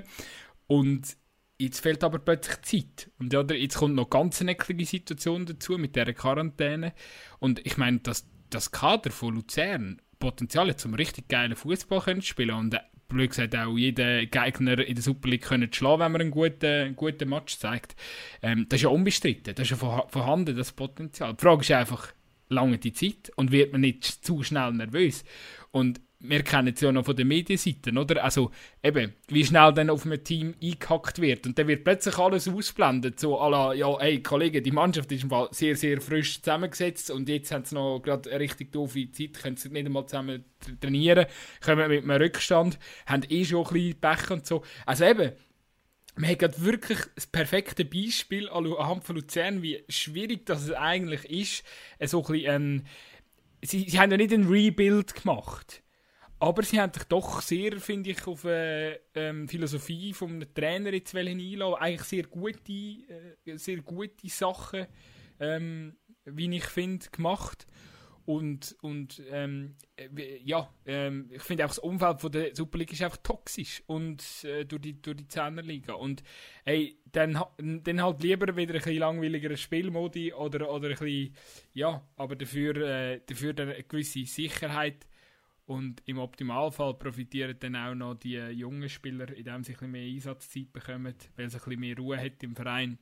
Und jetzt fehlt aber plötzlich Zeit. Und ja, jetzt kommt noch ganz eine eklige Situation dazu mit dieser Quarantäne. Und ich meine, dass das Kader von Luzern Potenzial hat, um richtig geilen Fußball zu spielen und äh, blöd gesagt auch jeden Gegner in der Super League können schlagen, wenn man einen guten, einen guten Match zeigt. Ähm, das ist ja unbestritten, das ist ja vorhanden, das Potenzial. Die Frage ist einfach, lange die Zeit und wird man nicht zu schnell nervös? Und wir kennen es ja noch von den Medienseiten, oder? Also eben, wie schnell dann auf einem Team eingehackt wird. Und dann wird plötzlich alles ausblendet. So à la, ja, hey, Kollege, die Mannschaft ist im Fall sehr, sehr frisch zusammengesetzt und jetzt haben sie noch gerade eine richtig doofe Zeit, können sie nicht einmal zusammen trainieren, kommen mit einem Rückstand, haben eh schon ein bisschen Pech und so. Also eben, man hat gerade wirklich das perfekte Beispiel anhand von Luzern, wie schwierig das eigentlich ist. So ein bisschen, ähm, sie, sie haben ja nicht ein Rebuild gemacht. Aber sie haben sich doch sehr, finde ich, auf eine ähm, Philosophie von einem Trainer jetzt einlassen. Eigentlich sehr gute, äh, sehr gute Sachen, ähm, wie ich finde, gemacht. Und, und ähm, äh, ja, ähm, ich finde auch das Umfeld von der Superliga ist einfach toxisch und äh, durch die, durch die Zehnerliga. Und hey, dann, dann halt lieber wieder ein bisschen langweiligerer Spielmodi oder, oder ein bisschen, ja, aber dafür, äh, dafür dann eine gewisse Sicherheit. Und im Optimalfall profitieren dann auch noch die äh, jungen Spieler, indem sie ein bisschen mehr Einsatzzeit bekommen, weil sie ein bisschen mehr Ruhe hat im Verein.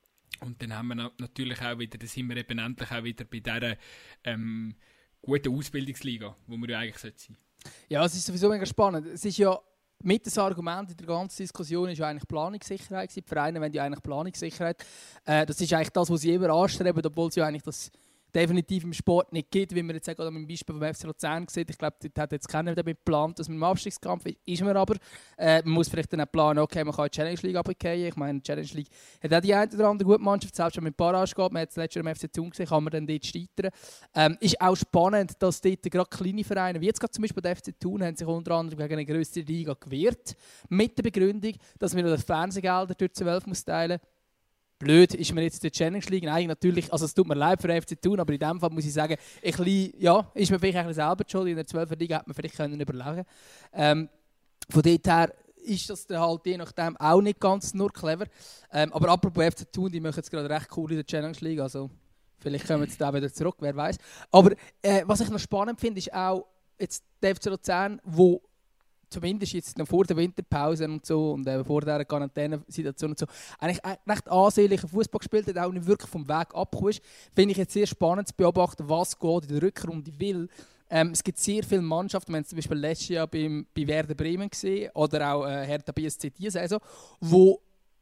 Und dann haben wir natürlich auch wieder, da sind wir eben endlich auch wieder bei dieser ähm, guten Ausbildungsliga, wo wir ja eigentlich sein sollten. Ja, es ist sowieso mega spannend. Es ist ja mit das Argument in der ganzen Diskussion ist ja eigentlich Planungssicherheit. Die Vereine wollen ja eigentlich Planungssicherheit. Äh, das ist eigentlich das, was sie immer anstreben, obwohl sie ja eigentlich das definitiv im Sport nicht gibt, wie man jetzt gerade am Beispiel vom F C Luzern sieht. Ich glaube, dort hat jetzt keiner damit geplant, dass man im Abstiegskampf ist. Ist man aber. Äh, man muss vielleicht dann auch planen, okay, man kann die Challenge League runterfallen. Ich meine, die Challenge League hat auch die eine oder andere gute Mannschaft, selbst wenn man mit Barrage geht. Man hat es letztes Jahr im F C Thun gesehen, kann man dann dort scheitern. Ähm, ist auch spannend, dass dort gerade kleine Vereine, wie jetzt gerade zum Beispiel der F C Thun, haben sich unter anderem gegen eine grössere Liga gewehrt. Mit der Begründung, dass man das Fernsehgelder durch zwölf muss teilen muss. Blöd ist mir jetzt die Challenge League. Nein, natürlich, also es tut mir leid für den F C Thun, aber in dem Fall muss ich sagen, ein bisschen, ja, ist mir vielleicht ein bisschen selber schuld. In der zwölfer Liga hätte man vielleicht können überlegen. Ähm, von dort her ist das dann halt je nachdem auch nicht ganz nur clever. Ähm, aber apropos F C Thun, die machen jetzt gerade recht cool in der Challenge League, also vielleicht kommen sie da wieder zurück, wer weiß. Aber äh, was ich noch spannend finde, ist auch jetzt der F C Luzern, wo zumindest jetzt noch vor der Winterpause und so und äh, vor dieser Quarantäne-Situation und so, eigentlich recht ansehnlichen Fußball gespielt hat, auch nicht wirklich vom Weg abgekommen ist. Finde ich jetzt sehr spannend zu beobachten, was geht in der Rückrunde will. Ähm, es gibt sehr viele Mannschaften, wir haben zum Beispiel letztes Jahr beim, bei Werder Bremen gesehen oder auch äh, Hertha B S C diese Saison, wo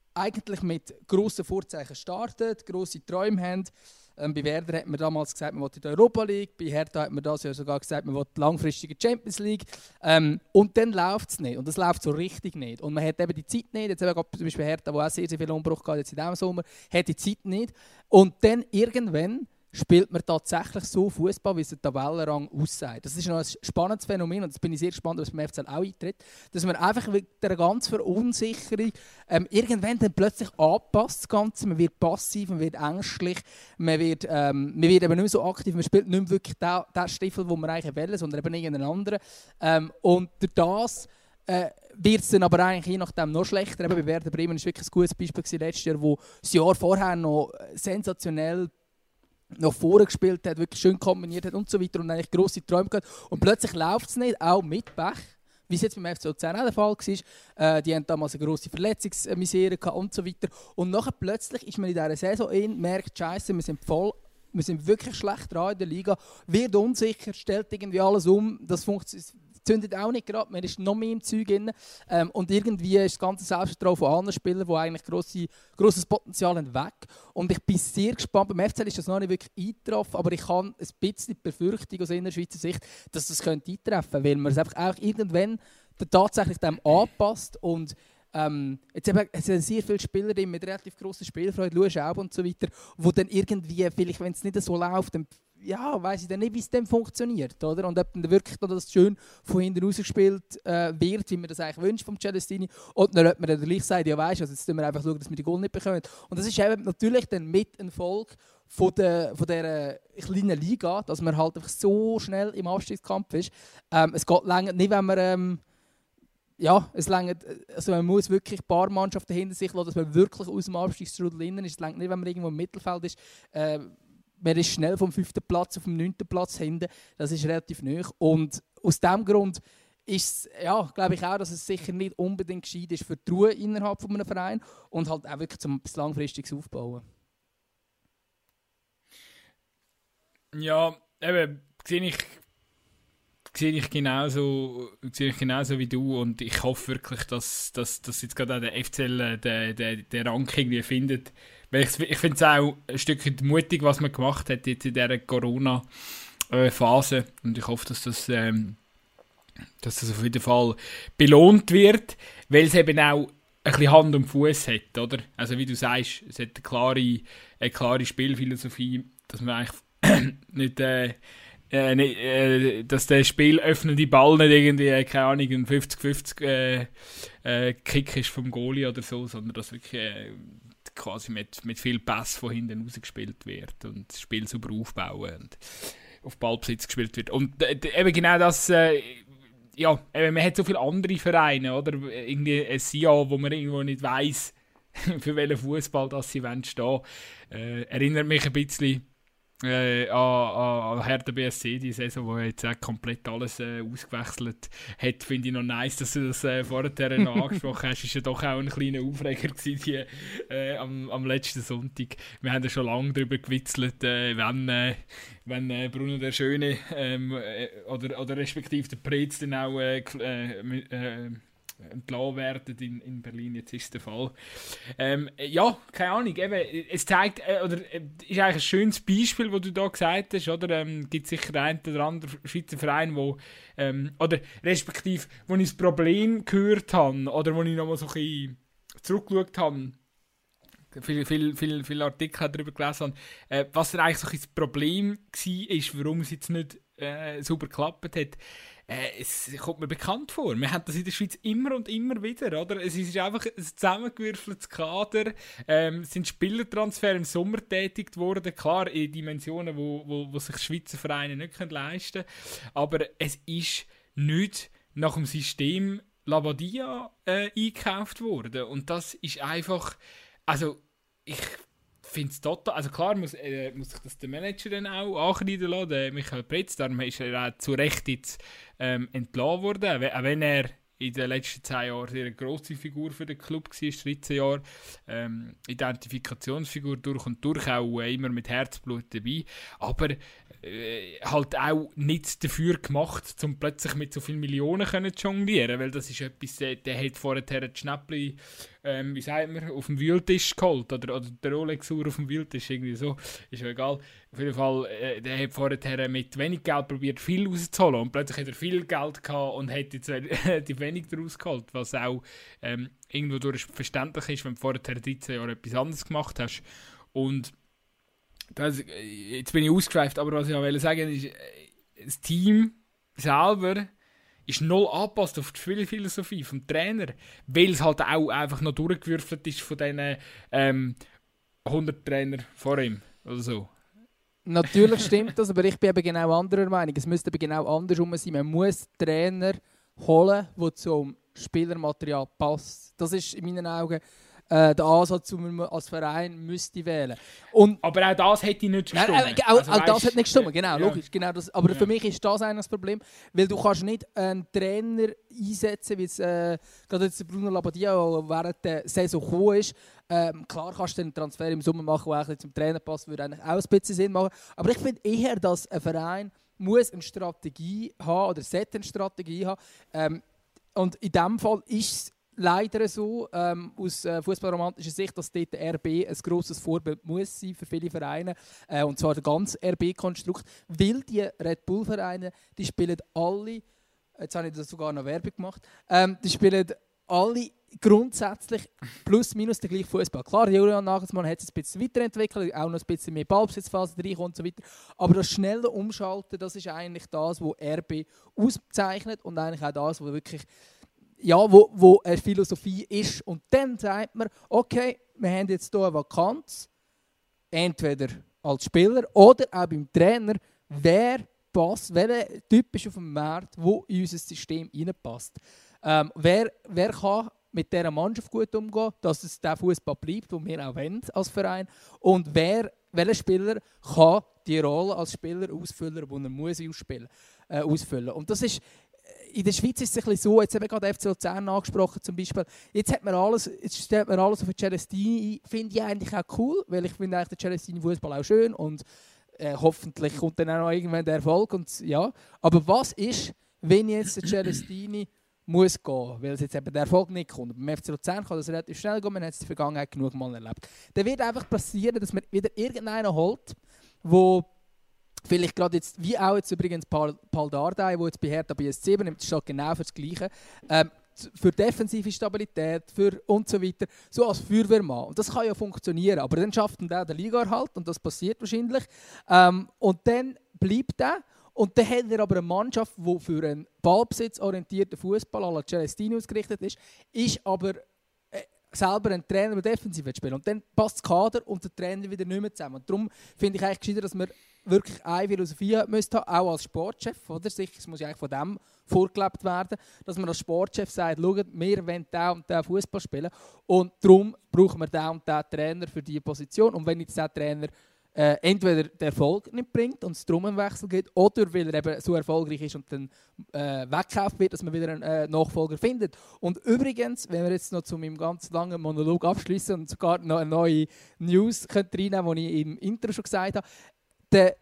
eigentlich mit grossen Vorzeichen startet, grosse Träume haben. Ähm, bei Werder hat man damals gesagt, man will in die Europa League. Bei Hertha hat man das ja sogar gesagt, man will die langfristige Champions League. Ähm, und dann läuft es nicht. Und das läuft so richtig nicht. Und man hat eben die Zeit nicht. Jetzt eben zum Beispiel Hertha, wo auch sehr, sehr viel Umbruch gehabt jetzt in diesem Sommer, hat die Zeit nicht. Und dann irgendwann spielt man tatsächlich so Fußball, wie es der Tabellenrang aussieht. Das ist noch ein spannendes Phänomen und das bin ich sehr gespannt, was beim F C L auch eintritt, dass man einfach mit der ganzen Verunsicherung ähm, irgendwann dann plötzlich anpasst, das Ganze. Man wird passiv, man wird ängstlich, man wird, ähm, man wird eben nicht mehr so aktiv, man spielt nicht mehr wirklich den, den Stiefel, den man eigentlich wollen, sondern eben irgendeinen anderen. Ähm, und durch das äh, wird es dann aber eigentlich je nachdem noch schlechter. Eben bei Werder Bremen war es wirklich ein gutes Beispiel letztes Jahr, wo das Jahr vorher noch sensationell noch vorher gespielt hat, wirklich schön kombiniert hat und so weiter und eigentlich grosse Träume gehabt. Und plötzlich läuft es nicht, auch mit Pech, wie es jetzt beim F C Luzern auch der Fall war. Äh, die haben damals eine grosse Verletzungsmisere gehabt und so weiter. Und nachher plötzlich ist man in dieser Saison in, merkt, Scheiße, wir sind voll, wir sind wirklich schlecht dran in der Liga, wird unsicher, stellt irgendwie alles um, das funktioniert. Zündet auch nicht gerade, man ist noch mehr im Zeug drin. Ähm, und irgendwie ist das ganze Selbstvertrauen von anderen Spielern, die eigentlich grosse, grosses Potenzial haben, weg. Und ich bin sehr gespannt, beim F C L ist das noch nicht wirklich eingetroffen, aber ich habe ein bisschen die Befürchtung aus Innerschweizer Sicht, dass das könnte eintreffen könnte, weil man es einfach auch irgendwann tatsächlich dem anpasst. Und ähm, jetzt eben, es sind sehr viele Spieler mit relativ grosser Spielfreude, Louis Schaub und so weiter, wo dann irgendwie, vielleicht wenn es nicht so läuft, dann ja, weiss ich dann nicht, wie es dann funktioniert, oder? Und ob dann wirklich das schön von hinten rausgespielt äh, wird, wie man das eigentlich wünscht vom Celestini, oder ob man dann gleich sagt, ja weisst, also jetzt müssen wir einfach schauen, dass wir die Goal nicht bekommen. Und das ist eben natürlich dann mit ein Folge von der, von dieser kleinen Liga, dass man halt einfach so schnell im Abstiegskampf ist. Ähm, es geht länger nicht, wenn man ähm, ja, es längert, also man muss wirklich ein paar Mannschaften hinter sich lassen, dass man wirklich aus dem Abstiegsstrudel innen ist. Es längert nicht, wenn man irgendwo im Mittelfeld ist. Äh, Man ist schnell vom fünften Platz auf dem neunten Platz hinten. Das ist relativ nahe. Und aus diesem Grund ist ja, glaube ich auch, dass es sicher nicht unbedingt gescheit ist für die Ruhe innerhalb von einem Verein und halt auch wirklich zum langfristiges Aufbauen. Ja, eben, sehe ich, sehe ich, genauso, sehe ich genauso wie du und ich hoffe wirklich, dass, dass, dass jetzt gerade auch der F C L den, den, den Rang irgendwie findet. Weil ich, ich finde es auch ein Stückchen mutig, was man gemacht hat jetzt in dieser Corona-Phase. Und ich hoffe, dass das, ähm, dass das auf jeden Fall belohnt wird, weil es eben auch ein bisschen Hand und Fuß hat, oder? Also wie du sagst, es hat eine klare, eine klare Spielphilosophie, dass man eigentlich nicht... Äh, Äh, nicht, äh, dass der Spiel öffnende Ball nicht irgendwie, äh, keine Ahnung, ein fünfzig fünfzig äh, äh, Kick ist vom Goalie oder so, sondern dass wirklich äh, quasi mit, mit viel Pass von hinten rausgespielt wird und das Spiel super aufbauen und auf Ballbesitz gespielt wird. Und äh, eben genau das, äh, ja, eben, man hat so viele andere Vereine, oder? Irgendwie ein S I A, wo man irgendwo nicht weiss, für welchen Fußball das sie stehen wollen. Äh, erinnert mich ein bisschen Äh, an, an Hertha B S C, die Saison, wo jetzt auch komplett alles äh, ausgewechselt hat, finde ich noch nice, dass du das äh, vorher noch angesprochen hast. Es war ja doch auch ein kleiner Aufreger gewesen, die, äh, am, am letzten Sonntag. Wir haben ja schon lange darüber gewitzelt, äh, wenn, äh, wenn äh, Bruno der Schöne ähm, äh, oder, oder respektive der Pretz dann auch äh, äh, äh, entlassen werden in, in Berlin, jetzt ist es der Fall. Ähm, ja, keine Ahnung, eben, es zeigt, äh, oder äh, ist eigentlich ein schönes Beispiel, was du da gesagt hast, oder? Ähm, gibt sicher den einen oder anderen Schweizer Verein, wo, ähm, oder respektive, wo ich das Problem gehört habe, oder wo ich nochmal so ein bisschen zurückgeschaut habe, viele viel, viel, viel Artikel darüber gelesen habe, äh, was dann eigentlich so ein das Problem war, warum es jetzt nicht äh, super geklappt hat. Äh, es kommt mir bekannt vor. Wir haben das in der Schweiz immer und immer wieder, oder? Es ist einfach ein zusammengewürfeltes Kader. Ähm, es sind Spielertransfer im Sommer tätigt worden, klar in Dimensionen, wo, wo, wo sich Schweizer Vereine nicht leisten können. Aber es ist nicht nach dem System Labadia äh, eingekauft worden. Und das ist einfach, also ich finde es total, also klar muss, äh, muss sich das der Manager dann auch ankreiden lassen, der Michael Pretz, darum ist er auch zu Recht jetzt ähm, entlassen worden, auch wenn er in den letzten zehn Jahren sehr eine grosse Figur für den Club war, dreizehn Jahre, ähm, Identifikationsfigur durch und durch, auch äh, immer mit Herzblut dabei, aber äh, halt auch nicht dafür gemacht, um plötzlich mit so vielen Millionen können zu jonglieren, weil das ist etwas, der, der hat vorher die Schnäppli ähm, wie sagt man, auf dem Wühltisch geholt. Oder, oder der Rolex-Uhr auf dem Wühltisch, irgendwie so. Ist ja egal. Auf jeden Fall, äh, der hat vorher mit wenig Geld probiert, viel rauszuholen. Und plötzlich hat er viel Geld gehabt und hat jetzt die wenig daraus geholt. Was auch ähm, irgendwo durch verständlich ist, wenn du vorher dreizehn Jahre etwas anderes gemacht hast. Und das, jetzt bin ich ausgeschweift, aber was ich auch sagen wollte, ist, das Team selber ist null angepasst auf die Spielphilosophie vom Trainer, weil es halt auch einfach noch durchgewürfelt ist von diesen ähm, hundert Trainern vor ihm oder so. Natürlich stimmt das, aber ich bin eben genau anderer Meinung. Es müsste eben genau andersrum sein. Man muss Trainer holen, die zum Spielermaterial passt. Das ist in meinen Augen äh, der Ansatz, den man als Verein müsste wählen. Und aber auch das hätte ich nicht gestimmt. Nein, äh, auch, also, auch das hat nicht gestimmt, genau, ja. Logisch. Genau das, aber ja. Für mich ist das eigentlich das Problem, weil du kannst nicht einen Trainer einsetzen, wie es äh, gerade jetzt Bruno Labbadia während der Saison gekommen ist. Ähm, klar kannst du den Transfer im Sommer machen, der zum Trainer passt, würde eigentlich auch ein bisschen Sinn machen. Aber ich finde eher, dass ein Verein muss eine Strategie haben oder sollte eine Strategie haben. Ähm, und in diesem Fall ist es leider so, ähm, aus äh, fußballromantischer Sicht, dass dort der R B ein grosses Vorbild muss sein für viele Vereine. Äh, und zwar der ganze R B-Konstrukt. Weil die Red Bull-Vereine, die spielen alle, jetzt habe ich das sogar noch Werbung gemacht, ähm, die spielen alle grundsätzlich plus minus den gleichen Fußball. Klar, Julian Nagelsmann hat es ein bisschen weiterentwickelt, auch noch ein bisschen mehr Ballbesitzphase reinkommt und so weiter. Aber das schnelle Umschalten, das ist eigentlich das, was R B auszeichnet und eigentlich auch das, was wirklich ja, wo, wo eine Philosophie ist. Und dann sagt man, okay, wir haben jetzt hier eine Vakanz, entweder als Spieler oder auch beim Trainer, wer passt, welcher Typ ist auf dem Markt, der in unser System reinpasst. Ähm, wer, wer kann mit dieser Mannschaft gut umgehen, dass es der Fußball bleibt, den wir auch wollen als Verein. Und wer, welcher Spieler kann die Rolle als Spieler ausfüllen, die er muss ausspielen, äh, ausfüllen. Und das ist in der Schweiz ist es ein bisschen so, jetzt haben wir gerade F C Luzern angesprochen zum Beispiel, jetzt hat man alles, jetzt stellt man alles auf den Celestini ein, finde ich eigentlich auch cool, weil ich finde eigentlich den Celestini-Fußball auch schön und äh, hoffentlich kommt dann auch noch irgendwann der Erfolg und ja. Aber was ist, wenn jetzt der Celestini muss gehen, weil es jetzt eben der Erfolg nicht kommt. Beim F C Luzern kann das relativ schnell gehen, man hat es in der Vergangenheit genug mal erlebt. Dann wird einfach passieren, dass man wieder irgendeinen holt, wo vielleicht gerade jetzt, wie auch jetzt übrigens Paul, Paul Dardai, der jetzt bei Hertha B S C übernimmt, steht genau für das Gleiche. Ähm, für defensive Stabilität für und so weiter, so als Feuerwehrmann. Und das kann ja funktionieren, aber dann schafft er den Ligaerhalt und das passiert wahrscheinlich. Ähm, und dann bleibt er und dann hat er aber eine Mannschaft, die für einen ballbesitzorientierten Fußball à la Celestini ausgerichtet ist, ist aber äh, selber ein Trainer, der defensiv spielt. Und dann passt das Kader und der Trainer wieder nicht mehr zusammen. Und darum finde ich eigentlich gescheiter, dass wir wirklich eine Philosophie müsste haben, auch als Sportchef. Oder? Es muss ja eigentlich von dem vorgelebt werden, dass man als Sportchef sagt, schaut, wir wollen diesen und diesen Fußball spielen und darum brauchen wir diesen und diesen Trainer für diese Position. Und wenn jetzt dieser Trainer äh, entweder den Erfolg nicht bringt und es darum einen Wechsel gibt, oder weil er eben so erfolgreich ist und dann äh, weggekauft wird, dass man wieder einen äh, Nachfolger findet. Und übrigens, wenn wir jetzt noch zu meinem ganz langen Monolog abschließen und sogar noch eine neue News reinnehmen, die ich im Intro schon gesagt habe, der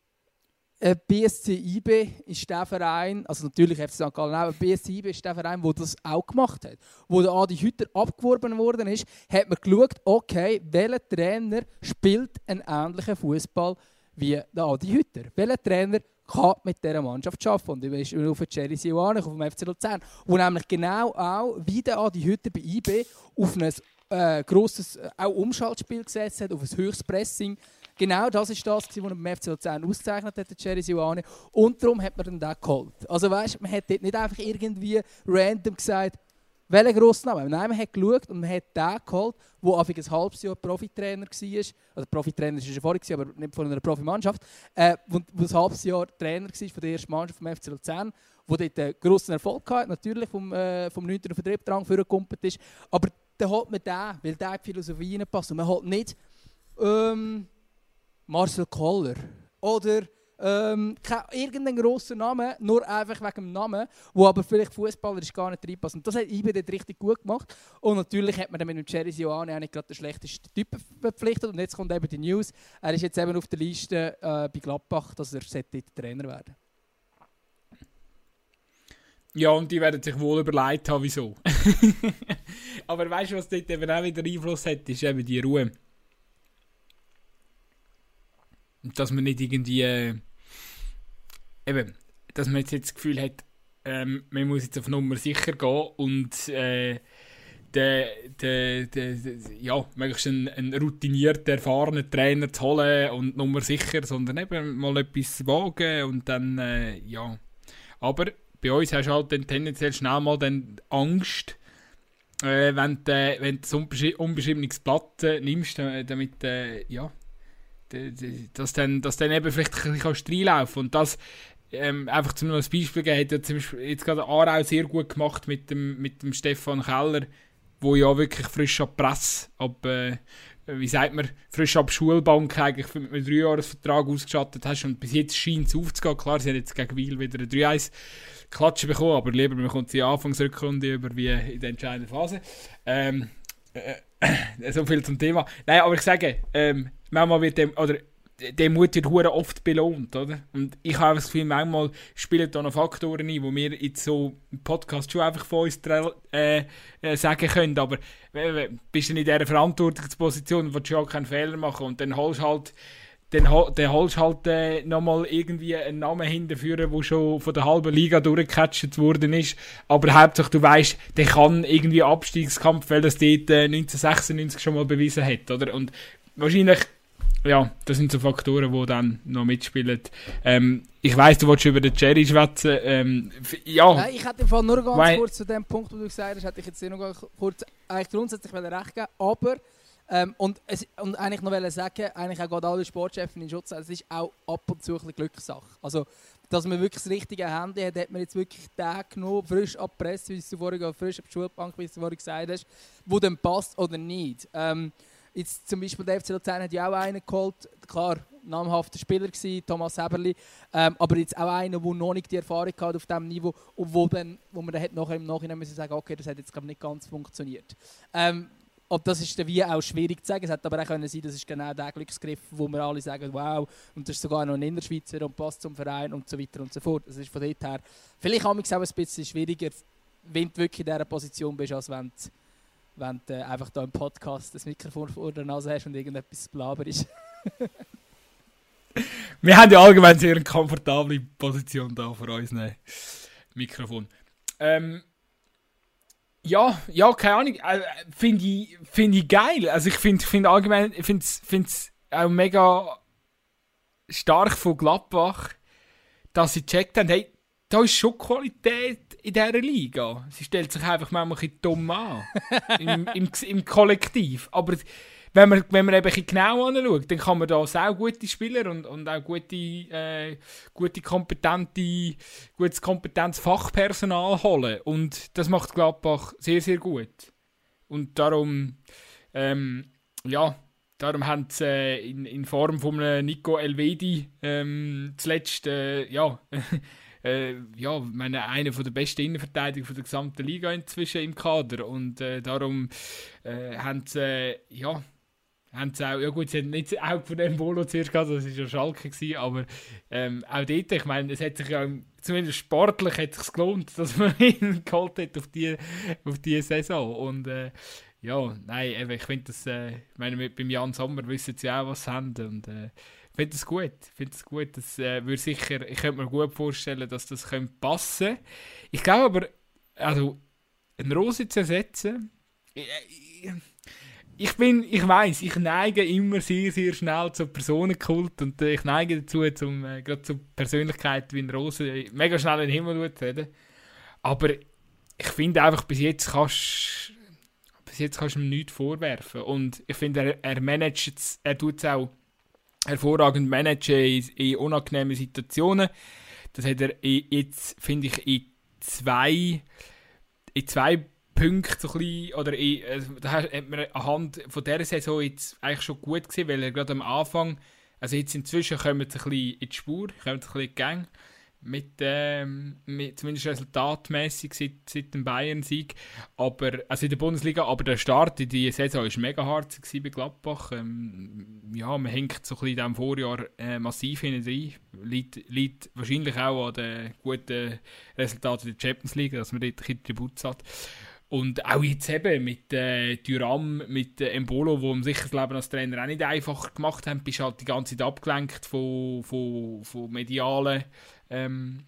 äh, B S C I B ist der Verein, also natürlich F C Sankt Gallen auch, aber B S C I B ist der Verein, der das auch gemacht hat. Wo der Adi Hütter abgeworben worden ist, hat man geschaut, okay, welcher Trainer spielt einen ähnlichen Fußball wie der Adi Hütter? Welcher Trainer kann mit dieser Mannschaft arbeiten? Und ich bin auf den Jerry Sioane, auf dem F C Luzern, wo nämlich genau auch, wie der Adi Hütter bei I B, auf ein äh, grosses äh, auch Umschaltspiel gesetzt hat, auf ein höchstes Pressing. Genau das ist das, was man beim F C Luzern ausgezeichnet hat, der Jerry Sioane. Und darum hat man dann den geholt. Also weißt, man hat dort nicht einfach irgendwie random gesagt, welchen grossen Namen. Nein, man hat geschaut und man hat den geholt, der einfach ein halbes Jahr Profitrainer war. Also Profitrainer war er vorher, aber nicht von einer Profimannschaft. Äh, der ein halbes Jahr Trainer war von der ersten Mannschaft vom F C Luzern, der dort einen grossen Erfolg hatte, natürlich vom, äh, vom neunten auf den dritten Rang vorgekommen ist. Aber dann holt man den, weil der in die Philosophie reinpasst. Und man holt nicht ähm, Marcel Koller oder ähm, irgendeinen grossen Namen, nur einfach wegen dem Namen, wo aber vielleicht fußballerisch gar nicht reinpasst. Und das hat I B dort richtig gut gemacht. Und natürlich hat man dann mit dem Jerry Sioane auch nicht gerade den schlechtesten Typ verpflichtet. Und jetzt kommt eben die News, er ist jetzt eben auf der Liste äh, bei Gladbach, dass er dort Trainer werden sollte. Ja, und die werden sich wohl überlegt haben, wieso. Aber weißt du, was dort eben auch wieder Einfluss hat, ist eben die Ruhe. Dass man nicht irgendwie, äh, eben, dass man jetzt das Gefühl hat, ähm, man muss jetzt auf Nummer sicher gehen und äh, der, der, der, der, ja, möglichst einen, einen routinierten, erfahrenen Trainer zu holen und Nummer sicher, sondern eben mal etwas wagen und dann, äh, ja. Aber bei uns hast du halt dann tendenziell schnell mal dann Angst, äh, wenn du äh, wenn das unbeschri- unbeschriebenes Blatt äh, nimmst, äh, damit, äh, ja, d- d- dass dann, dass dann eben vielleicht ein bisschen reinlaufen kannst. Und das, ähm, einfach zum noch ein Beispiel geben, hat ja zum Beispiel jetzt gerade Aarau sehr gut gemacht mit dem, mit dem Stefan Keller, wo ja wirklich frisch ab Presse, ab, äh, wie sagt man, frisch ab Schulbank eigentlich mit einem Dreijahresvertrag ausgestattet hast und bis jetzt scheint es aufzugehen. Klar, sie haben jetzt gegen Wiel wieder eine drei eins Klatsche bekommen, aber lieber man kommt sie Anfangsrückrunde über wie in der entscheidenden Phase. Ähm, äh, so viel zum Thema. Nein, aber ich sage, ähm, manchmal wird dem, oder der Mut wird hure oft belohnt, oder? Und ich habe das Gefühl, manchmal spielen da noch Faktoren ein, die wir jetzt so im Podcast schon einfach von uns äh, äh, sagen können, aber äh, bist du in dieser Verantwortungsposition, willst du ja keinen Fehler machen und dann holst du halt dann, dann holst halt äh, nochmal irgendwie einen Namen hinterführen, der schon von der halben Liga durchgecatcht worden ist, aber hauptsächlich du weißt, der kann irgendwie Abstiegskampf, weil das dort äh, neunzehnhundertsechsundneunzig schon mal bewiesen hat, oder? Und wahrscheinlich ja, das sind so Faktoren, die dann noch mitspielen. Ähm, ich weiss, du wolltest über den Jerry schwätzen. Ähm, f- ja. Nein, ich hätte im Fall nur ganz Weil- kurz zu dem Punkt, wo du gesagt hast, hätte ich jetzt dir noch kurz eigentlich grundsätzlich recht geben, aber ähm, und, es, und eigentlich noch wollen sagen, eigentlich auch gerade alle Sportchefs in Schutz, es ist auch ab und zu ein bisschen Glückssache. Also, dass man wirklich das richtige Handy hat, hat man jetzt wirklich den genommen, frisch ab die Presse, wie du vorhin gesagt, frisch ab die Schulbank, wie du vorhin gesagt hast, wo dann passt oder nicht. Ähm, Jetzt zum Beispiel der F C Luzern hat ja auch einen geholt, klar, namhafter Spieler gewesen, Thomas Heberli, ähm, aber jetzt auch einer, der noch nicht die Erfahrung hat auf diesem Niveau und wo, dann, wo man dann hat nachher im Nachhinein müssen sagen, okay, das hat jetzt glaub, nicht ganz funktioniert. Ähm, und das ist dann wie auch schwierig zu sagen, es hätte aber auch können sein, das ist genau der Glücksgriff, wo wir alle sagen, wow, und das ist sogar noch ein Innerschweizer und passt zum Verein und so weiter und so fort. Das ist von dort her vielleicht auch ein bisschen schwieriger, wenn du wirklich in dieser Position bist, als wenn du wenn du äh, einfach da im Podcast das Mikrofon vor der Nase hast und irgendetwas blaber ist. Wir haben ja allgemein sehr eine komfortable Position da für uns Mikrofon. Ähm, ja, ja, keine Ahnung. Äh, finde ich, find ich geil. Also ich finde find allgemein, ich finde es auch mega stark von Gladbach, dass sie gecheckt haben, hey, da ist schon Qualität in dieser Liga. Sie stellt sich einfach manchmal ein bisschen dumm an. Im, im, Im Kollektiv. Aber wenn man, wenn man eben ein bisschen genau anschaut, dann kann man da auch gute Spieler und, und auch gute, äh, gute kompetente, gutes kompetentes Fachpersonal holen. Und das macht Gladbach sehr, sehr gut. Und darum, ähm, ja, darum haben sie äh, in, in Form von einem Nico Elvedi ähm, zuletzt, äh, ja, Äh, ja, ich meine, einer der besten Innenverteidiger der gesamten Liga inzwischen im Kader und äh, darum äh, haben sie, äh, ja, haben sie auch, ja gut, sie haben nicht auch von dem Bolo zuerst gehabt, das war ja Schalke gewesen, aber ähm, auch dort, ich meine, es hat sich ja, zumindest sportlich hat es sich gelohnt, dass man ihn geholt hat auf die, auf die Saison und äh, ja, nein, eben, ich finde das, äh, ich meine, beim Jan Sommer wissen sie auch, was sie haben und äh, ich finde das gut. Ich finde das gut. Das, äh, würde sicher, ich könnte mir gut vorstellen, dass das könnte passen. Ich glaube aber, also, einen Rose zu ersetzen, ich, ich, ich bin, ich weiss, ich neige immer sehr, sehr schnell zu Personenkult und äh, ich neige dazu, zum, äh, gerade zu Persönlichkeiten wie ein Rose, mega schnell in den Himmel zu reden. Aber ich finde einfach, bis jetzt kannst bis jetzt kannst du ihm nichts vorwerfen. Und ich finde, er, er managt es, er tut es auch hervorragend managen in, in unangenehmen Situationen. Das hat er jetzt, finde ich, in zwei, in zwei Punkten so ein bisschen, oder in, also, da hat man anhand von dieser Saison jetzt eigentlich schon gut gesehen, weil er gerade am Anfang, also jetzt inzwischen kommen sie ein bisschen in die Spur, kommen sie ein bisschen in die Gang. mit, ähm, mit zumindest resultatmäßig seit, seit dem Bayern-Sieg. Aber, also in der Bundesliga, aber der Start in die Saison war mega hart bei Gladbach. Ähm, ja, man hängt so ein bisschen in diesem Vorjahr äh, massiv hinten rein. Liegt, liegt wahrscheinlich auch an den guten Resultaten der Champions League, dass man dort ein bisschen Tribut hat. Und auch jetzt eben mit äh, Thuram, mit äh, Embolo, wo ihm sicher das Leben als Trainer auch nicht einfach gemacht haben, bist halt die ganze Zeit abgelenkt von, von, von medialen, ähm,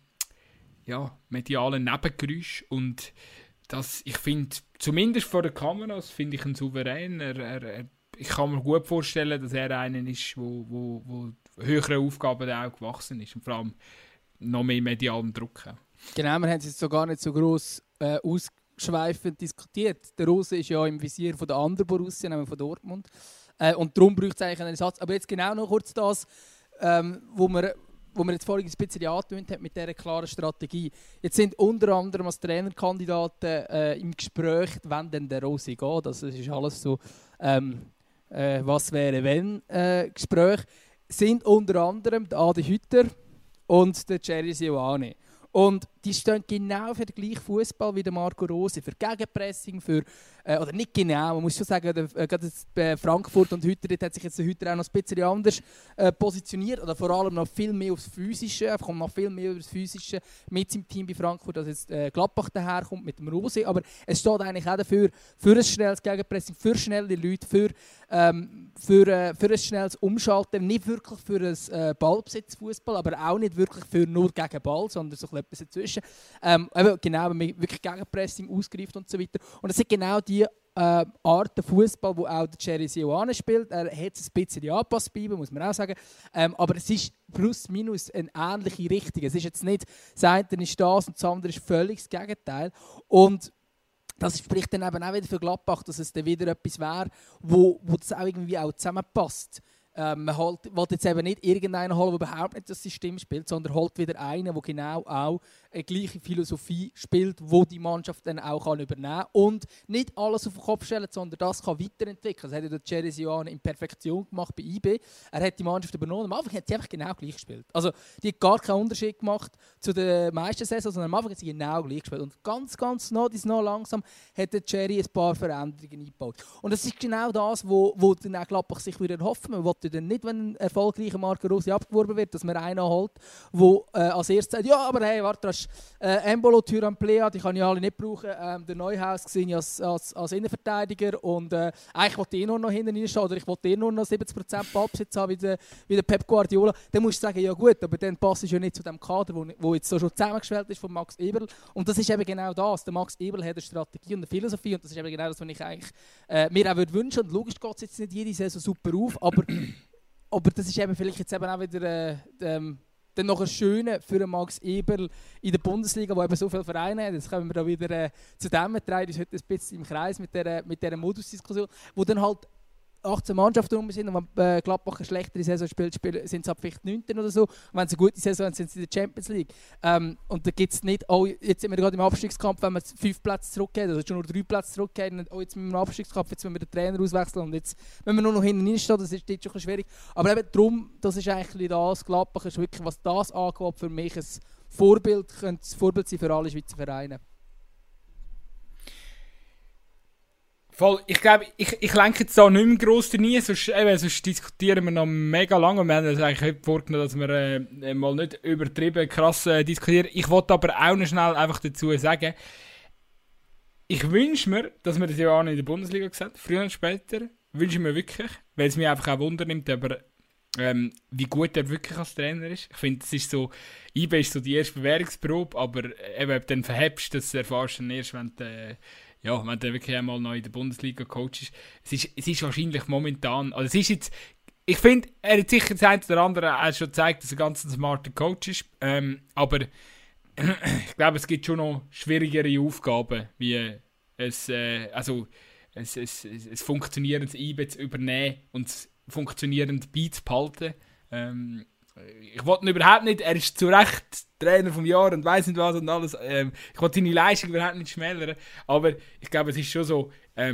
ja, medialen Nebengeräuschen. Und das, ich finde, zumindest vor den Kameras, finde ich ihn souverän. Er, er, er, ich kann mir gut vorstellen, dass er einer ist, wo, wo, wo höhere Aufgaben auch gewachsen ist. Und vor allem noch mehr medialen Druck. Genau, wir haben es jetzt so gar nicht so gross äh, ausgeführt. Schweifend diskutiert. Der Rose ist ja im Visier von der anderen Borussia, nämlich von Dortmund. Äh, und darum braucht es eigentlich einen Ersatz. Aber jetzt genau noch kurz das, ähm, wo wir wo wir jetzt vorhin ein bisschen angetönt haben mit dieser klaren Strategie. Jetzt sind unter anderem als Trainerkandidaten äh, im Gespräch, wenn denn der Rose geht. Also das ist alles so, ähm, äh, was wäre wenn äh, Gespräch. Sind unter anderem der Adi Hütter und der Jerry Seoane. Und die stehen genau für den gleichen Fußball wie der Marco Rose, für Gegenpressing, für, äh, oder nicht genau, man muss schon sagen, der, äh, gerade bei Frankfurt und Hütter, dort hat sich jetzt der Hütter auch noch ein bisschen anders äh, positioniert, oder vor allem noch viel mehr aufs Physische, kommt noch viel mehr über das Physische mit seinem Team bei Frankfurt, als jetzt äh, Gladbach daherkommt mit dem Rose, aber es steht eigentlich auch dafür, für ein schnelles Gegenpressing, für schnelle Leute, für, ähm, für, äh, für ein schnelles Umschalten, nicht wirklich für ein äh, Ballbesitzfußball, aber auch nicht wirklich für nur gegen Ball, sondern so etwas dazwischen. Ähm, eben genau, wenn man wirklich Gegenpressing ausgreift und so weiter. Und das sind genau die äh, Arten Fußball, wo auch der Jerry Seoane spielt. Er hat es ein bisschen angepasst bei ihm, muss man auch sagen. Ähm, aber es ist plus minus eine ähnliche Richtung. Es ist jetzt nicht, das eine ist das und das andere ist völlig das Gegenteil. Und das spricht dann eben auch wieder für Gladbach, dass es dann wieder etwas wäre, wo, wo das auch irgendwie auch zusammenpasst. Ähm, man holt, will jetzt eben nicht irgendeinen holen, der überhaupt nicht das System spielt, sondern holt wieder einen, der genau auch eine gleiche Philosophie spielt, wo die Mannschaft dann auch kann übernehmen kann und nicht alles auf den Kopf stellen, sondern das kann weiterentwickeln. Das hat ja der Jerry Seoane in Perfektion gemacht bei I B. Er hat die Mannschaft übernommen. Am Anfang hat sie einfach genau gleich gespielt. Also die hat gar keinen Unterschied gemacht zu den meisten Saisons, sondern am Anfang hat sie genau gleich gespielt. Und ganz, ganz noch, noch langsam hat der Jerry ein paar Veränderungen eingebaut. Und das ist genau das, wo, wo dann auch Gladbach sich wieder erhoffen. Man will dann nicht, wenn ein erfolgreicher Marco Rose abgeworben wird, dass man einen holt, der äh, als erstes sagt, ja, aber hey, warte, das ist äh, Embolo, Thuram, Plea, die kann ich alle nicht brauchen. Ähm, der Neuhaus sehe ich als, als, als Innenverteidiger und äh, eigentlich wollte ich nur noch hinten reinstehen oder ich wollte eh nur noch siebzig Prozent Ballbesitz haben wie der, wie der Pep Guardiola. Dann musst du sagen, ja gut, aber dann passt es ja nicht zu dem Kader, wo, wo jetzt so schon zusammengestellt ist von Max Eberl. Und das ist eben genau das. Der Max Eberl hat eine Strategie und eine Philosophie und das ist eben genau das, was ich eigentlich äh, mir auch würde wünschen. Und logisch geht es jetzt nicht jede Saison super auf, aber Aber das ist eben vielleicht jetzt eben auch wieder äh, ähm, dann noch ein Schöne für einen Max Eberl in der Bundesliga, wo eben so viele Vereine hat. Jetzt kommen wir da wieder äh, zu dem, wir drehen uns heute ein bisschen im Kreis mit dieser mit der Modusdiskussion, wo dann halt achtzehn Mannschaften rum sind und wenn äh, Gladbach eine schlechtere Saison spielt, spielen, sind sie ab vielleicht neunten oder so. Und wenn sie eine gute Saison haben, sind sie in der Champions League. Ähm, und da gibt es nicht, oh, jetzt sind wir gerade im Abstiegskampf, wenn wir fünf Plätze zurückgehen, also schon nur drei Plätze zurückgehen, und oh, jetzt sind wir im Abstiegskampf, jetzt müssen wir den Trainer auswechseln und jetzt müssen wir nur noch hinten reinstehen, das ist jetzt schon ein bisschen schwierig. Aber eben darum, das ist eigentlich das, Gladbach ist wirklich, was das angeht, für mich ein Vorbild, könnte ein Vorbild sein für alle Schweizer Vereine. Voll. Ich glaube, ich, ich lenke jetzt da nicht mehr gross rein, sonst, eben, sonst diskutieren wir noch mega lange. Wir haben uns eigentlich heute vorgenommen, dass wir äh, mal nicht übertrieben krass äh, diskutieren. Ich wollte aber auch noch schnell einfach dazu sagen, ich wünsche mir, dass wir das ja auch in der Bundesliga sehen, früher und später. Wünsche ich mir wirklich, weil es mich einfach auch Wunder nimmt, aber ähm, wie gut er wirklich als Trainer ist. Ich finde, es ist so, I B ist so die erste Bewährungsprobe, aber eben, ob du dann verhebst, das erfährst du dann erst, wenn du äh, ja, wenn der wirklich einmal neu in der Bundesliga Coach ist. Es ist, es ist wahrscheinlich momentan, also es ist jetzt, ich finde, er hat sicher das eine oder andere auch schon gezeigt, dass er ganz ein smarter Coach ist, ähm, aber ich glaube, es gibt schon noch schwierigere Aufgaben, wie es, äh, also es, es, es, es funktionierendes I B zu übernehmen und es funktionierend beizubehalten. Ähm, Ich wollte ihn überhaupt nicht, er ist zu Recht Trainer vom Jahr und weiss nicht was und alles. Ähm, ich wollte seine Leistung überhaupt nicht schmälern, aber ich glaube, es ist schon so, ähm,